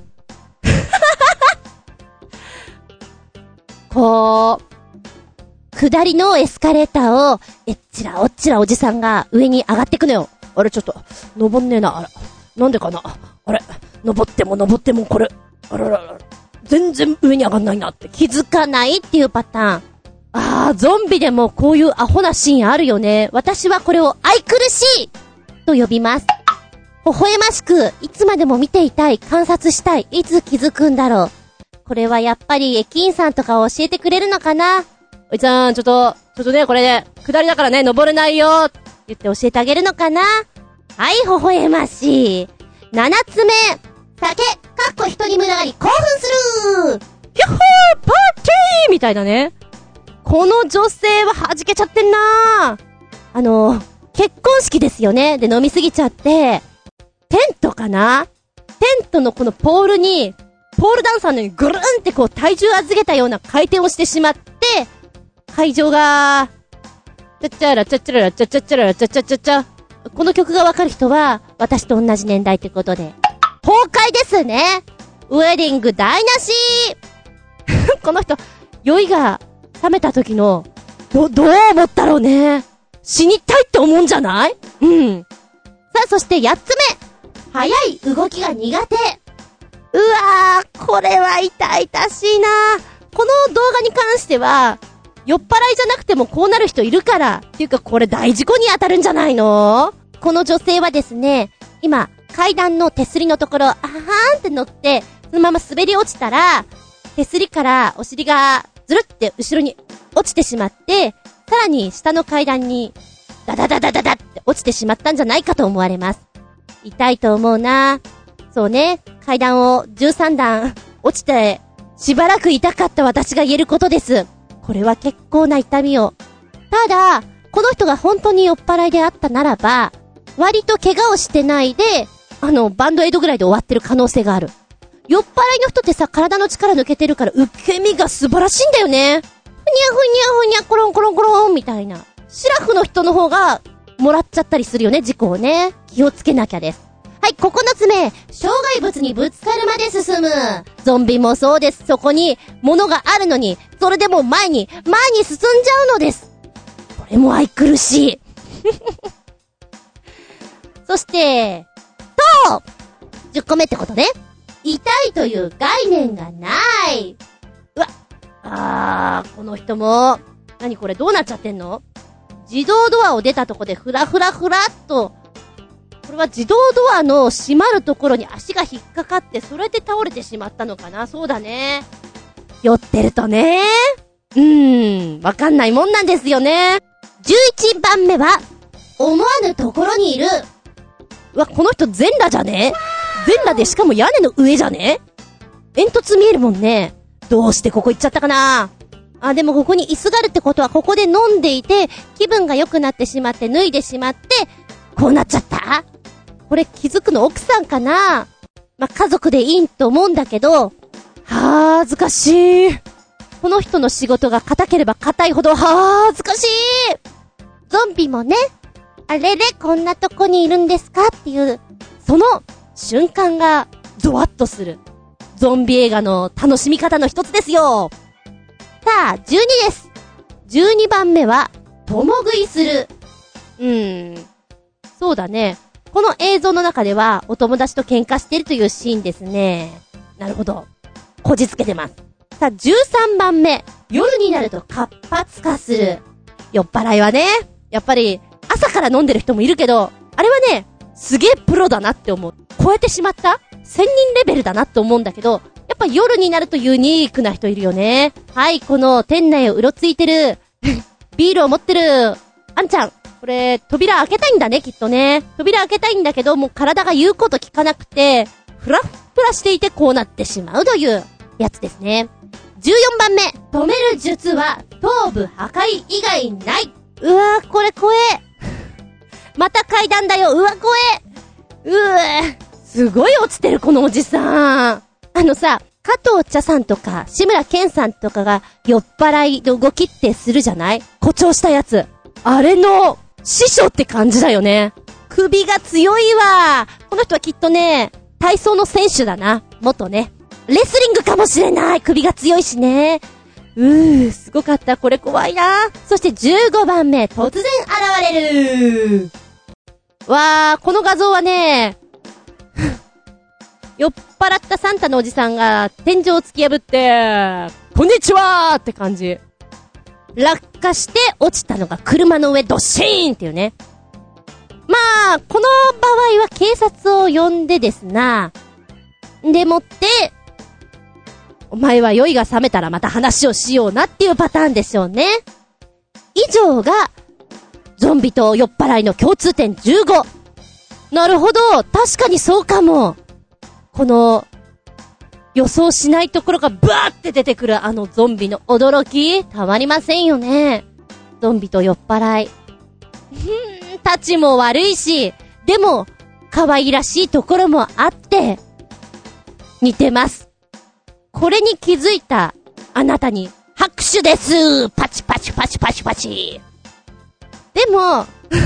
[SPEAKER 1] こう、下りのエスカレーターを、えっちらおっちらおじさんが上に上がってくのよ。あれちょっと、登んねえな。あら、なんでかな。あれ、登ってもこれ、あら、全然上に上がんないなって気づかないっていうパターン。ゾンビでもこういうアホなシーンあるよね。私はこれを愛くるしいと呼びます。微笑ましく、いつまでも見ていたい、観察したい、いつ気づくんだろう。これはやっぱり駅員さんとか教えてくれるのかな。おいちゃん、ちょっとね、これね、下りだからね、登れないよって言って教えてあげるのかな。はい、微笑ましい。7つ目、酒、人に群がり興奮する。ヒャッホーパーティーみたいなね。この女性は弾けちゃってんな。結婚式ですよね。で、飲みすぎちゃって、テントかな？テントのこのポールに、ポールダンサーのようにぐるんってこう体重預けたような回転をしてしまって、会場が、チャッチャラチャッチャラチャッチャッチャラチャッチャッチャッチャ。この曲がわかる人は、私と同じ年代ってことで。崩壊ですね。ウェディング台無し。この人、酔いが冷めた時の、どう思ったろうね。死にたいって思うんじゃない？さあ、そして8つ目。速い動きが苦手。これは痛々しいな。この動画に関しては、酔っ払いじゃなくてもこうなる人いるから。っていうかこれ大事故に当たるんじゃないの？この女性はですね、今、階段の手すりのところ、ーんって乗って、そのまま滑り落ちたら、手すりからお尻がずるって後ろに落ちてしまって、さらに下の階段に、ダダダダダダって落ちてしまったんじゃないかと思われます。痛いと思うな。そうね、階段を13段落ちて、しばらく痛かった私が言えることです。これは結構な痛みを。ただ、この人が本当に酔っ払いであったならば、割と怪我をしてないで、バンドエイドぐらいで終わってる可能性がある。酔っ払いの人ってさ、体の力抜けてるから受け身が素晴らしいんだよね。ふにゃふにゃコロンコロンコロンみたいな。シラフの人の方がもらっちゃったりするよね、事故をね。気をつけなきゃです。はい、9つ目。障害物にぶつかるまで進む。ゾンビもそうです。そこに物があるのに、それでも前に進んじゃうのです。これも愛くるしい。そして、10個目ってことね。痛いという概念がない。この人も、何これどうなっちゃってんの？自動ドアを出たとこでふらっと、これは自動ドアの閉まるところに足が引っかかって、それで倒れてしまったのかな。そうだね。酔ってるとね。わかんないもんなんですよね。11番目は、思わぬところにいる。この人全裸じゃね？全裸でしかも屋根の上じゃね？煙突見えるもんね。どうしてここ行っちゃったかな。でもここに椅子があるってことはここで飲んでいて、気分が良くなってしまって脱いでしまって、こうなっちゃった？これ気づくの奥さんかな？家族でいいと思うんだけど、恥ずかしい。この人の仕事が硬ければ硬いほど恥ずかしい。ゾンビもね、あれれこんなとこにいるんですかっていう、その瞬間がゾワッとする。ゾンビ映画の楽しみ方の一つですよ。さあ、12です。12番目は、 共食いする。そうだね。この映像の中では、お友達と喧嘩してるというシーンですね。なるほど。こじつけてます。さあ、13番目。夜になると活発化する。酔っ払いはね、やっぱり、朝から飲んでる人もいるけど、あれはね、すげえプロだなって思う。超えてしまった1000人レベルだなって思うんだけど、やっぱ夜になるとユニークな人いるよね。はい、この店内をうろついてる、ビールを持ってる、あんちゃん。これ、扉開けたいんだね、きっとね。扉開けたいんだけど、もう体が言うこと聞かなくて、フラッフラしていてこうなってしまうというやつですね。14番目。止める術は頭部破壊以外ない。うわー、これ怖え。また階段だよ。うわ、怖え。すごい落ちてる、このおじさん。さ、加藤茶さんとか、志村けんさんとかが酔っ払いの動きってするじゃない？誇張したやつ。あれの師匠って感じだよね。首が強いわ。この人はきっとね、体操の選手だな。元ね。レスリングかもしれない。首が強いしね。すごかった。これ怖いな。そして15番目。突然現れる。わー、この画像はね、酔っ払ったサンタのおじさんが天井を突き破って、こんにちはーって感じ。落下して落ちたのが車の上ドシーンっていうね。まあ、この場合は警察を呼んでですな。でもって、お前は酔いが覚めたらまた話をしようなっていうパターンでしょうね。以上が、ゾンビと酔っ払いの共通点15。なるほど、確かにそうかも。この、予想しないところがバーって出てくるあのゾンビの驚き、たまりませんよね。ゾンビと酔っ払い。たちも悪いし、でも、可愛らしいところもあって、似てます。これに気づいたあなたに拍手です。パチパチパチパチパチ。でも、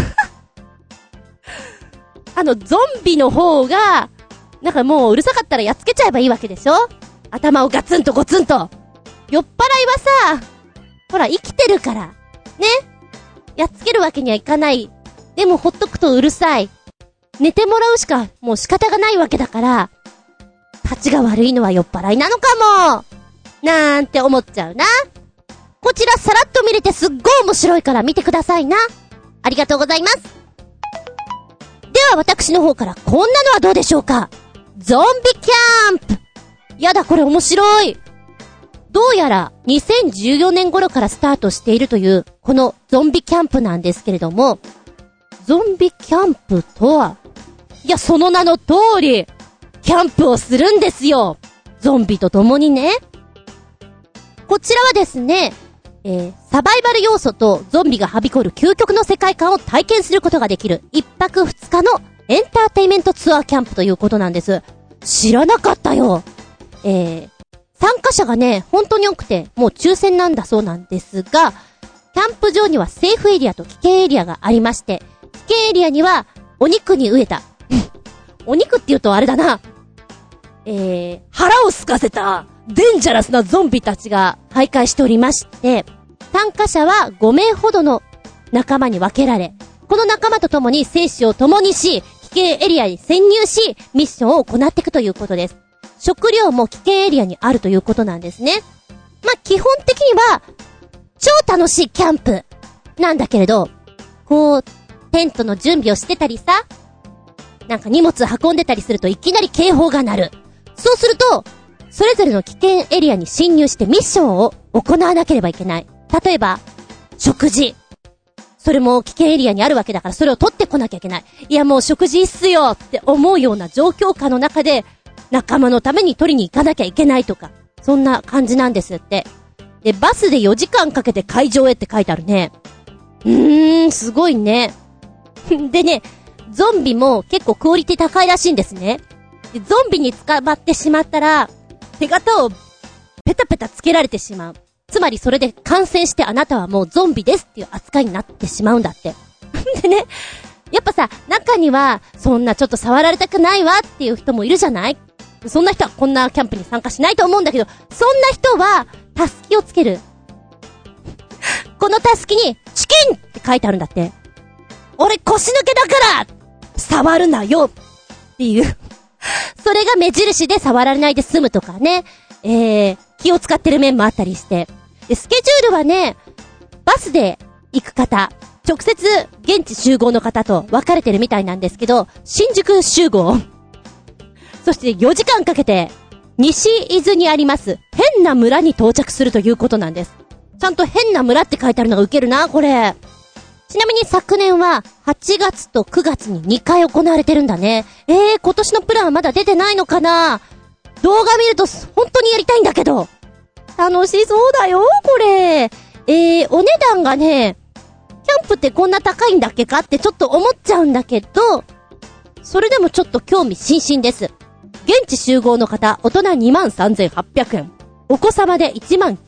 [SPEAKER 1] ゾンビの方が、なんかもううるさかったらやっつけちゃえばいいわけでしょ？頭をガツンとゴツンと。酔っ払いはさ、ほら生きてるから。ね？やっつけるわけにはいかない。でもほっとくとうるさい。寝てもらうしかもう仕方がないわけだから、立ちが悪いのは酔っ払いなのかもなんて思っちゃうな。こちらさらっと見れてすっごい面白いから見てくださいな。ありがとうございます。では私の方からこんなのはどうでしょうか。ゾンビキャンプ。やだ、これ面白い。どうやら2014年頃からスタートしているというこのゾンビキャンプなんですけれども、ゾンビキャンプとは、いやその名の通りキャンプをするんですよ。ゾンビと共にね。こちらはですね、サバイバル要素とゾンビがはびこる究極の世界観を体験することができる1泊2日のエンターテイメントツアーキャンプということなんです。知らなかったよ。参加者がね、本当に多くて、もう抽選なんだそうなんですが、キャンプ場にはセーフエリアと危険エリアがありまして、危険エリアにはお肉に飢えた。お肉って言うとあれだな。腹を空かせたデンジャラスなゾンビたちが徘徊しておりまして、参加者は5名ほどの仲間に分けられ、この仲間と共に生死を共にし、危険エリアに潜入し、ミッションを行っていくということです。食料も危険エリアにあるということなんですね。まあ、基本的には、超楽しいキャンプなんだけれど、こう、テントの準備をしてたりさ、なんか荷物運んでたりするといきなり警報が鳴る。そうすると、それぞれの危険エリアに侵入してミッションを行わなければいけない。例えば、食事。それも危険エリアにあるわけだからそれを取ってこなきゃいけない。いやもう食事いいっすよって思うような状況下の中で、仲間のために取りに行かなきゃいけないとか、そんな感じなんですって。で、バスで4時間かけて会場へって書いてあるね。すごいね。でね、ゾンビも結構クオリティ高いらしいんですね。でゾンビに捕まってしまったら、手形をペタペタつけられてしまう。つまりそれで感染してあなたはもうゾンビですっていう扱いになってしまうんだって。でね、やっぱさ、中にはそんなちょっと触られたくないわっていう人もいるじゃない？そんな人はこんなキャンプに参加しないと思うんだけど、そんな人はタスキをつける。このタスキにチキいって書いてあるんだって。俺腰抜けだから触るなよっていう。それが目印で触られないで済むとかね。気を使ってる面もあったりして。で、スケジュールはね、バスで行く方、直接現地集合の方と分かれてるみたいなんですけど、新宿集合。そして4時間かけて、西伊豆にあります変な村に到着するということなんです。ちゃんと変な村って書いてあるのがウケるな、これ。ちなみに昨年は8月と9月に2回行われてるんだね。今年のプランはまだ出てないのかな。動画見ると本当にやりたいんだけど。楽しそうだよ、これ。お値段がね、キャンプってこんな高いんだっけかってちょっと思っちゃうんだけど、それでもちょっと興味津々です。現地集合の方、大人23,800円。お子様で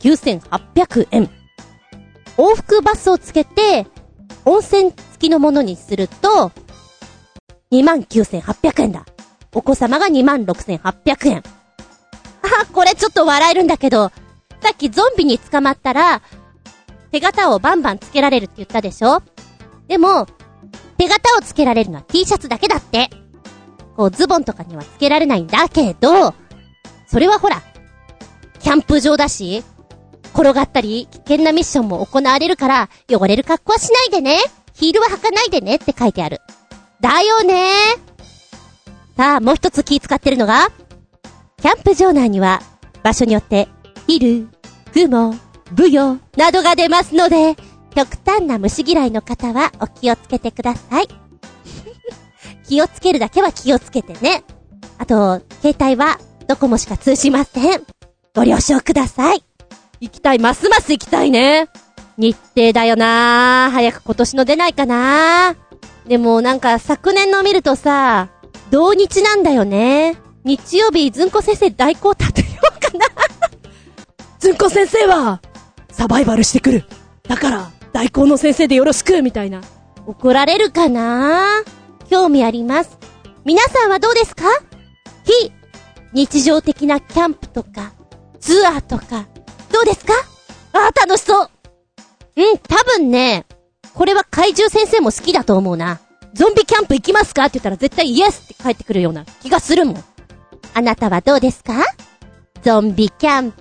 [SPEAKER 1] 19,800円。往復バスをつけて、温泉付きのものにすると、29,800円だ。お子様が26,800円。これちょっと笑えるんだけど、さっきゾンビに捕まったら、手形をバンバンつけられるって言ったでしょ？でも、手形をつけられるのは T シャツだけだって。こうズボンとかにはつけられないんだけど、それはほら、キャンプ場だし、転がったり危険なミッションも行われるから、汚れる格好はしないでね、ヒールは履かないでねって書いてある。だよね。さあ、もう一つ気使ってるのが、キャンプ場内には場所によって昼、雲、ブヨなどが出ますので、極端な虫嫌いの方はお気をつけてください。気をつけるだけは気をつけてね。あと、携帯はドコモしか通しません。ご了承ください。行きたい、ますます行きたいね。日程だよな。早く今年の出ないかな。でもなんか昨年の見るとさ、同日なんだよね。日曜日、ずんこ先生代行立てようかな。ずんこ先生はサバイバルしてくる。だから代行の先生でよろしくみたいな。怒られるかな。興味あります。皆さんはどうですか？非日常的なキャンプとかツアーとかどうですか？楽しそう。多分ね、これは怪獣先生も好きだと思うな。ゾンビキャンプ行きますかって言ったら絶対イエスって帰ってくるような気がするもん。あなたはどうですか？ゾンビキャンプ。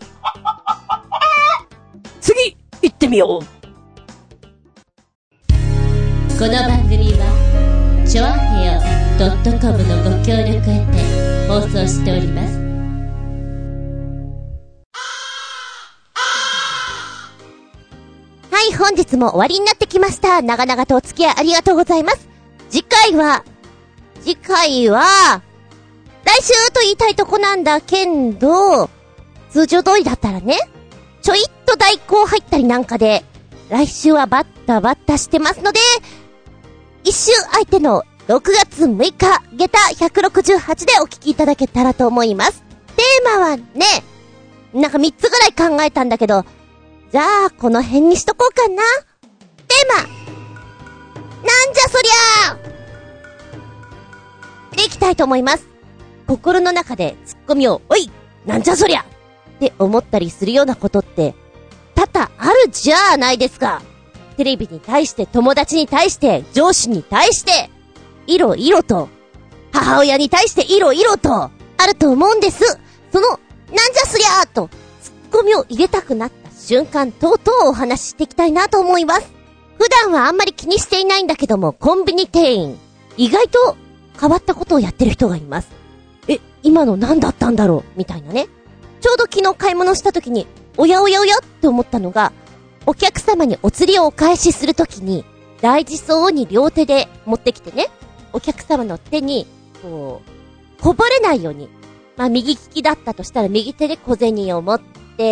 [SPEAKER 1] 次行ってみよう。この番組はちょあへよ .com のご協力へて放送しております。はい、本日も終わりになってきました。長々とお付き合いありがとうございます。次回は来週と言いたいとこなんだけど、通常通りだったらね、ちょいっと代行入ったりなんかで、来週はバッタバッタしてますので、一週相手の6月6日、下駄168でお聞きいただけたらと思います。テーマはね、なんか3つぐらい考えたんだけど、じゃあこの辺にしとこうかな。テーマ、なんじゃそりゃーでいきたいと思います。心の中でツッコミを、おいなんじゃそりゃって思ったりするようなことって多々あるじゃないですか。テレビに対して、友達に対して、上司に対して、いろいろと、母親に対していろいろとあると思うんです。そのなんじゃそりゃーとツッコミを入れたくなった瞬間等々をお話ししていきたいなと思います。普段はあんまり気にしていないんだけども、コンビニ店員、意外と変わったことをやってる人がいます。今の何だったんだろうみたいなね。ちょうど昨日買い物した時に、おやおやおやって思ったのが、お客様にお釣りをお返しするときに、大事そうに両手で持ってきてね、お客様の手に、こぼれないように、右利きだったとしたら右手で小銭を持って、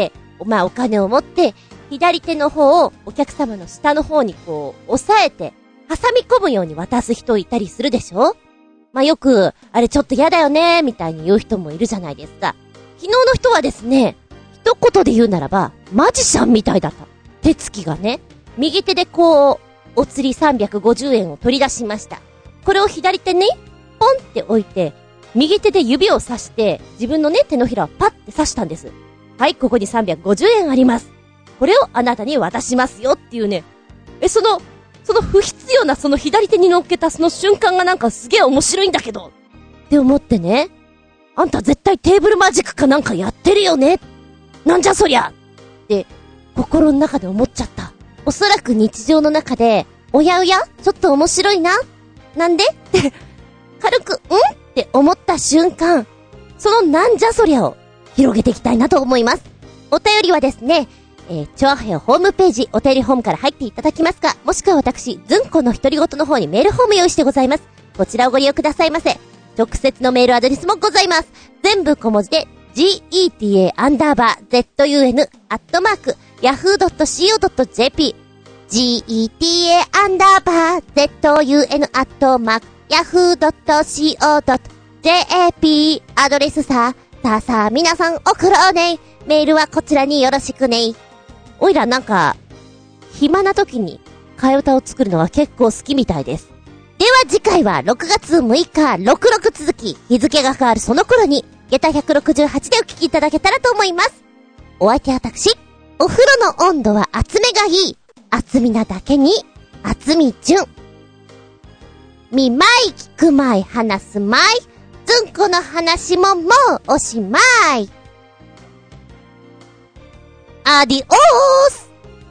[SPEAKER 1] お金を持って、左手の方をお客様の下の方に押さえて、挟み込むように渡す人いたりするでしょ？よく、あれちょっと嫌だよね、みたいに言う人もいるじゃないですか。昨日の人はですね、一言で言うならば、マジシャンみたいだった。手つきがね、右手でお釣り350円を取り出しました。これを左手に、ポンって置いて、右手で指を刺して、自分のね、手のひらをパッて刺したんです。はい、ここに350円あります。これをあなたに渡しますよっていうね。
[SPEAKER 2] その不必要なその左手に乗っけたその瞬間がなんかすげえ面白いんだけど。って思ってね。あんた絶対テーブルマジックかなんかやってるよね。なんじゃそりゃって心の中で思っちゃった。おそらく日常の中で、おやおやちょっと面白いな。なんでって軽くって思った瞬間、そのなんじゃそりゃを広げていきたいなと思います。お便りはですね、チョアヘヨホームページお便りフォームから入っていただきますか、もしくは私ズンコの独り言の方にメールフォーム用意してございます。こちらをご利用くださいませ。直接のメールアドレスもございます。全部小文字で geta_yahoo.co.jp geta_yahoo.co.jp アドレスさあ皆さん送ろうね。メールはこちらによろしくね。おいらなんか暇な時に替え歌を作るのが結構好きみたいです。では次回は6月6日66続き、日付が変わるその頃に下駄168でお聞きいただけたらと思います。お相手は私、お風呂の温度は厚めがいい、厚みなだけに厚み順、見舞い聞く舞い話す舞い、ずんこの話ももうおしまい。アディオース。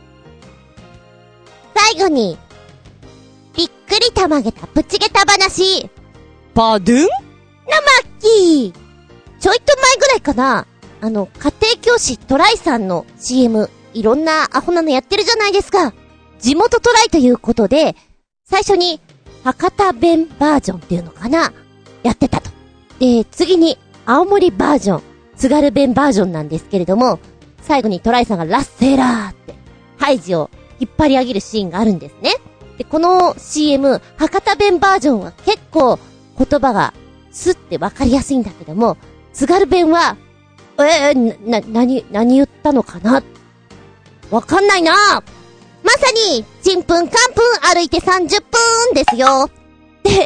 [SPEAKER 2] 最後にびっくりたまげたプチゲタ話。 パドゥン？
[SPEAKER 1] なまっきー。ちょいと前ぐらいかな、家庭教師トライさんの CM、いろんなアホなのやってるじゃないですか。地元トライということで、最初に博多弁バージョンっていうのかな、やってたと。で、次に青森バージョン、津軽弁バージョンなんですけれども、最後にトライさんがラッセーラーってハイジを引っ張り上げるシーンがあるんですね。で、この CM、博多弁バージョンは結構言葉がスッてわかりやすいんだけども、津軽弁は、何言ったのかな、わかんないな。まさに、ちんぷんかんぷん歩いて30分ですよ。で、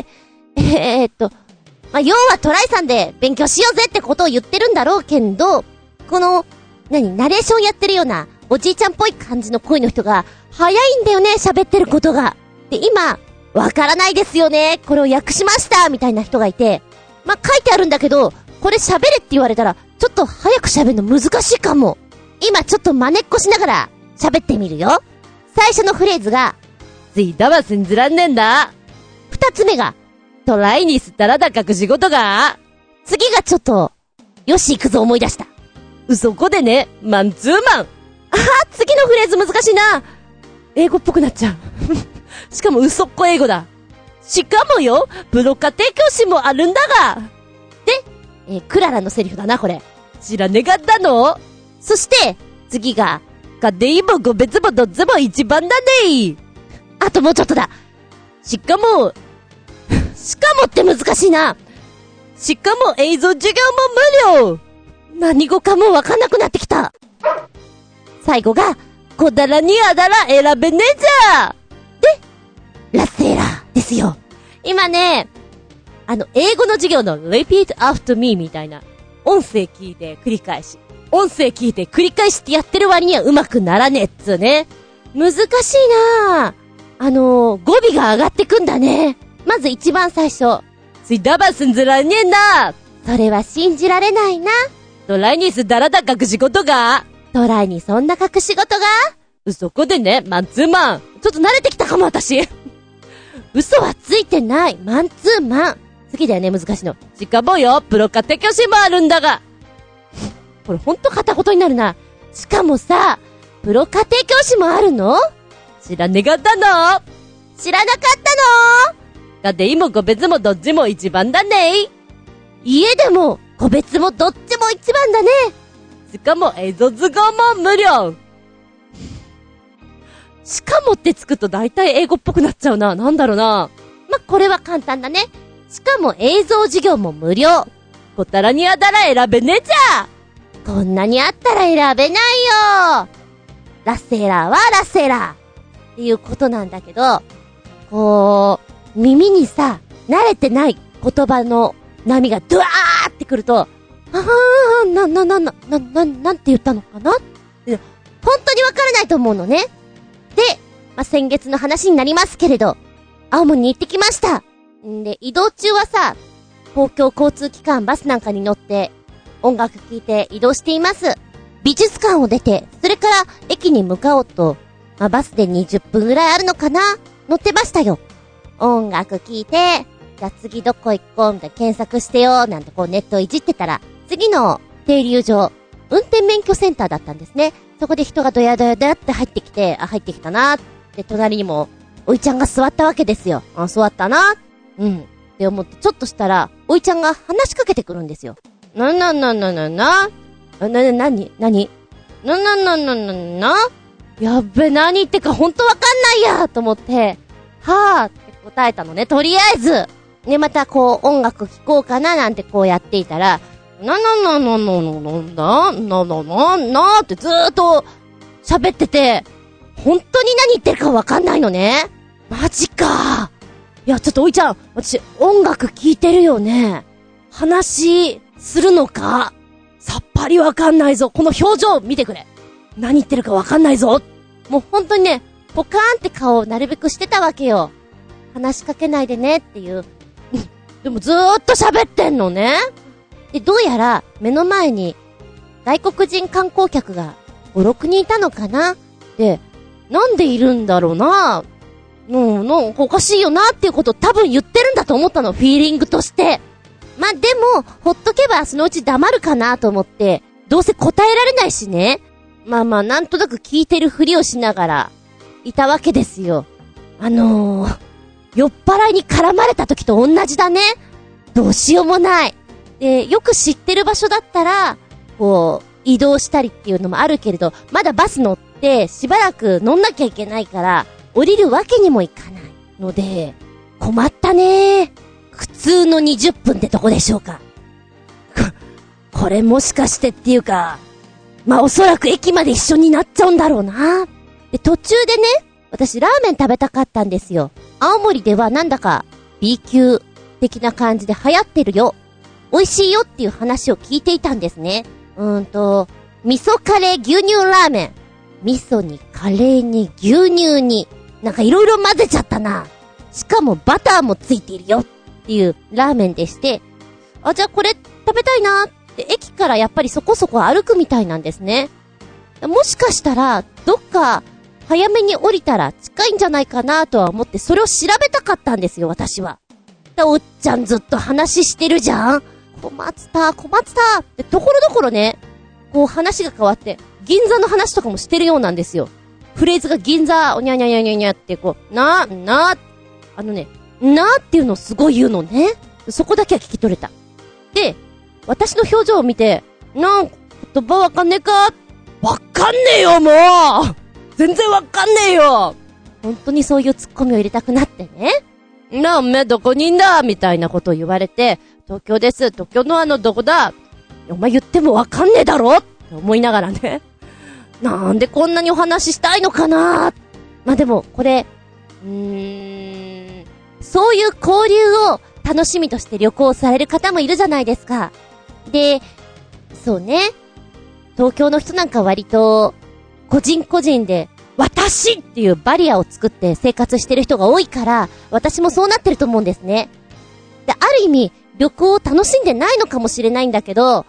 [SPEAKER 1] 要はトライさんで勉強しようぜってことを言ってるんだろうけど、この、ナレーションやってるような、おじいちゃんっぽい感じの声の人が、早いんだよね、喋ってることが。で、今、わからないですよね、これを訳しました、みたいな人がいて、書いてあるんだけど、これ喋れって言われたら、ちょっと早く喋るの難しいかも。今ちょっと真似っこしながら喋ってみるよ。最初のフレーズが、
[SPEAKER 2] ついだは信じらんねえんだ。
[SPEAKER 1] 二つ目が、
[SPEAKER 2] トライにしたらだ隠し事が。
[SPEAKER 1] 次がちょっと、よし行くぞ思い出した。
[SPEAKER 2] そこでね、マンツーマン。
[SPEAKER 1] 次のフレーズ難しいな。
[SPEAKER 2] 英語っぽくなっちゃう。しかも嘘っこ英語だ。しかもよ、プロ家庭教師もあるんだが。
[SPEAKER 1] で、クララのセリフだな、これ。
[SPEAKER 2] 知らねがったの？
[SPEAKER 1] そして、次が、
[SPEAKER 2] 家庭も個別もどっちも一番だね。
[SPEAKER 1] あともうちょっとだ。
[SPEAKER 2] しかも
[SPEAKER 1] って難しいな。
[SPEAKER 2] しかも映像授業も無料。
[SPEAKER 1] 何語かもわかんなくなってきた。最後が、
[SPEAKER 2] こだらにあだら選べねえじゃ。
[SPEAKER 1] で、ラッセーラーですよ。今ね、
[SPEAKER 2] 英語の授業の repeat after me みたいな、音声聞いて繰り返しってやってる割には上手くならねえっつーね。
[SPEAKER 1] 難しいなぁ。語尾が上がってくんだね。まず一番最初。
[SPEAKER 2] ついだばすんずらねえな。
[SPEAKER 1] それは信じられないな。
[SPEAKER 2] トライにすだらだ隠し事が。
[SPEAKER 1] トライにそんな隠し事が。
[SPEAKER 2] そこでね、マンツーマン。
[SPEAKER 1] ちょっと慣れてきたかも私。嘘はついてない。マンツーマン。次だよね、難しいの。
[SPEAKER 2] しかもよ、プロ家庭教師もあるんだが。
[SPEAKER 1] これほんと片言になるな。しかもさ、プロ家庭教師もあるの？
[SPEAKER 2] 知らねがったの？
[SPEAKER 1] 知らなかったの？
[SPEAKER 2] 家庭も個別もどっちも一番だね。
[SPEAKER 1] 家でも個別もどっちも一番だね。
[SPEAKER 2] しかも映像図工も無料。しかもってつくと大体英語っぽくなっちゃうな。なんだろうな。
[SPEAKER 1] これは簡単だね。しかも映像授業も無料。
[SPEAKER 2] こたらにあだら選べねえじゃ。
[SPEAKER 1] こんなにあったら選べないよ。ラッセーラーはラッセーラーっていうことなんだけど、こう、耳にさ、慣れてない言葉の波がドワーってくると、なんて言ったのかなって、本当にわからないと思うのね。で、 先月の話になりますけれど、青森に行ってきました。んで、移動中はさ、公共交通機関バスなんかに乗って音楽聴いて移動しています。美術館を出て、それから駅に向かおうと、バスで20分ぐらいあるのかな、乗ってましたよ。音楽聴いて、じゃあ次どこ行こうみたいな検索してよなんてこうネットいじってたら、次の停留所、運転免許センターだったんですね。そこで人がドヤドヤドヤって入ってきて、入ってきたなーって隣にもおいちゃんが座ったわけですよ。座ったなーって思ってちょっとしたら、おいちゃんが話しかけてくるんですよ。なやっべ、何言ってかほんとわかんないやと思って、はぁって答えたのね、とりあえず。ね、またこう音楽聴こうかななんてこうやっていたら、ってずーっと喋ってて、本当に何言ってるかわかんないのね。マジか。いや、ちょっとおいちゃん、私音楽聴いてるよね。話するのかさっぱりわかんないぞ。この表情見てくれ。何言ってるかわかんないぞ。もう本当にね、ポカーンって顔をなるべくしてたわけよ。話しかけないでねっていう。でもずーっと喋ってんのね。で、どうやら目の前に外国人観光客が5、6人いたのかな。で、なんでいるんだろうな。おかしいよなっていうことを多分言ってるんだと思ったの、フィーリングとして。まあ、でも、ほっとけばそのうち黙るかなと思って、どうせ答えられないしね。まあまあ、なんとなく聞いてるふりをしながら、いたわけですよ。酔っ払いに絡まれた時と同じだね。どうしようもない。で、よく知ってる場所だったら、こう、移動したりっていうのもあるけれど、まだバス乗ってしばらく乗んなきゃいけないから、降りるわけにもいかないので、困ったね。普通の20分ってとこでしょうか。これもしかしてっていうか、まあおそらく駅まで一緒になっちゃうんだろうな。で、途中でね、私ラーメン食べたかったんですよ。青森ではなんだか B 級的な感じで流行ってるよ。美味しいよっていう話を聞いていたんですね。味噌カレー牛乳ラーメン。味噌にカレーに牛乳に、なんかいろいろ混ぜちゃったな。しかもバターもついているよっていうラーメンでして、じゃあこれ食べたいなって駅からやっぱりそこそこ歩くみたいなんですね。もしかしたらどっか早めに降りたら近いんじゃないかなとは思ってそれを調べたかったんですよ、私は。おっちゃんずっと話してるじゃん。小松田ってところどころね、こう話が変わって銀座の話とかもしてるようなんですよ。フレーズが銀座おにゃにゃにゃにゃにゃってこうなっていうのをすごい言うのね。そこだけは聞き取れた。で、私の表情を見て、言葉わかんねえか？わかんねえよもう全然わかんねえよ。本当にそういうツッコミを入れたくなってね。おめえどこにいんだみたいなことを言われて、東京です。東京のどこだ？お前言ってもわかんねえだろって思いながらね。なんでこんなにお話ししたいのかな。まあ、でも、これ、そういう交流を楽しみとして旅行される方もいるじゃないですか。で、そうね。東京の人なんか割と、個人個人で、私っていうバリアを作って生活してる人が多いから、私もそうなってると思うんですね。で、ある意味、旅行を楽しんでないのかもしれないんだけど、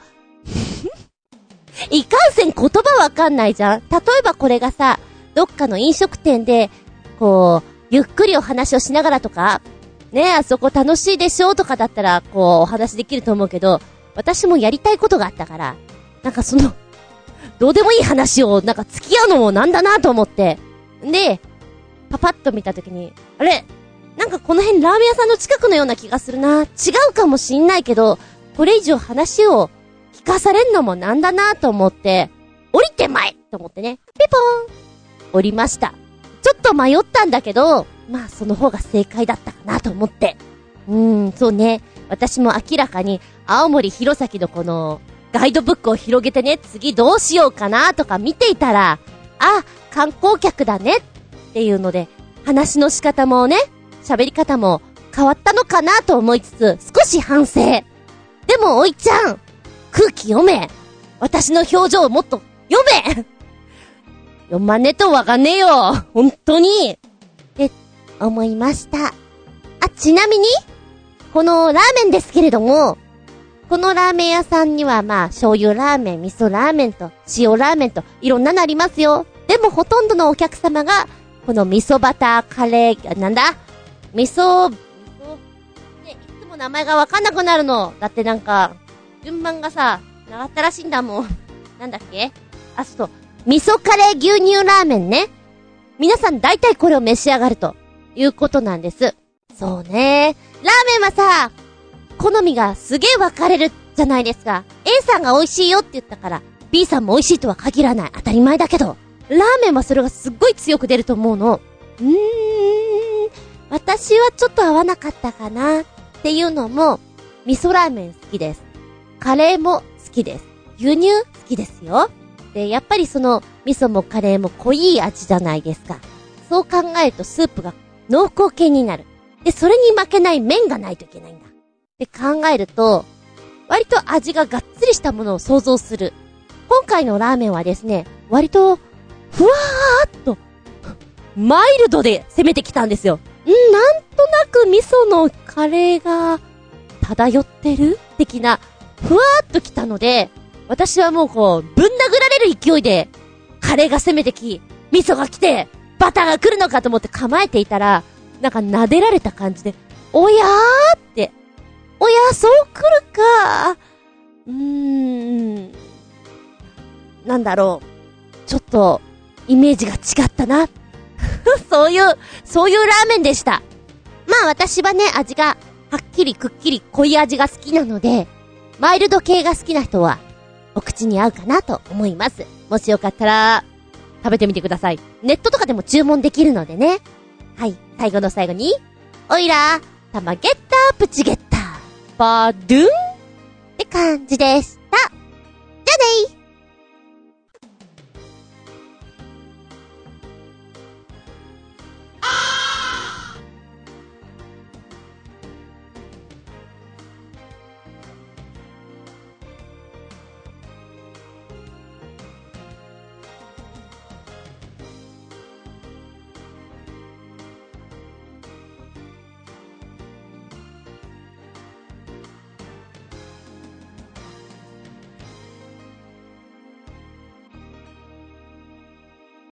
[SPEAKER 1] いかんせん言葉わかんないじゃん。例えばこれがさ、どっかの飲食店で、こう、ゆっくりお話をしながらとか、ね、あそこ楽しいでしょとかだったら、こう、お話できると思うけど、私もやりたいことがあったから、なんかどうでもいい話を、なんか付き合うのもなんだなと思って。で、パパッと見たときに、あれ？なんかこの辺ラーメン屋さんの近くのような気がするな。違うかもしんないけど、これ以上話を聞かされんのもなんだなと思って、降りてまえと思ってね、ピポーン降りました。ちょっと迷ったんだけど、まあその方が正解だったかなと思って。そうね。私も明らかに青森弘前のこのガイドブックを広げてね、次どうしようかなとか見ていたら、観光客だねっていうので、話の仕方もね、喋り方も変わったのかなと思いつつ、少し反省。でもおいちゃん、空気読め。私の表情をもっと読め。
[SPEAKER 2] 読まねえとわかんねえよ本当に
[SPEAKER 1] って思いました。ちなみに、このラーメンですけれども、このラーメン屋さんには醤油ラーメン、味噌ラーメンと塩ラーメンといろんなのありますよ。でもほとんどのお客様が、この味噌バターカレー、ね、いつも名前がわかんなくなるの。だって順番がさ、長ったらしいんだもん。なんだっけ？そう。味噌カレー牛乳ラーメンね。皆さん大体これを召し上がるということなんです。そうね。ラーメンはさ、好みがすげえ分かれるじゃないですか。A さんが美味しいよって言ったから、B さんも美味しいとは限らない。当たり前だけど。ラーメンはそれがすっごい強く出ると思うの。私はちょっと合わなかったかなっていうのも、味噌ラーメン好きです。カレーも好きです。牛乳好きですよ。で、やっぱりその味噌もカレーも濃い味じゃないですか。そう考えるとスープが濃厚系になる。で、それに負けない麺がないといけないんだ。って考えると、割と味ががっつりしたものを想像する。今回のラーメンはですね、割と、ふわーっと、マイルドで攻めてきたんですよ。なんとなく味噌のカレーが漂ってる的な、ふわーっときたので、私はもうぶん殴られる勢いで、カレーが攻めてき、味噌が来て、バターが来るのかと思って構えていたら、撫でられた感じで、おやーって、おやーそう来るかなんだろう。ちょっと、イメージが違ったな。そういうラーメンでした。私はね、味が、はっきりくっきり濃い味が好きなので、マイルド系が好きな人は、お口に合うかなと思います。もしよかったら、食べてみてください。ネットとかでも注文できるのでね。はい、最後の最後に、おいら、たまゲッタープチゲッター、バドゥンって感じです。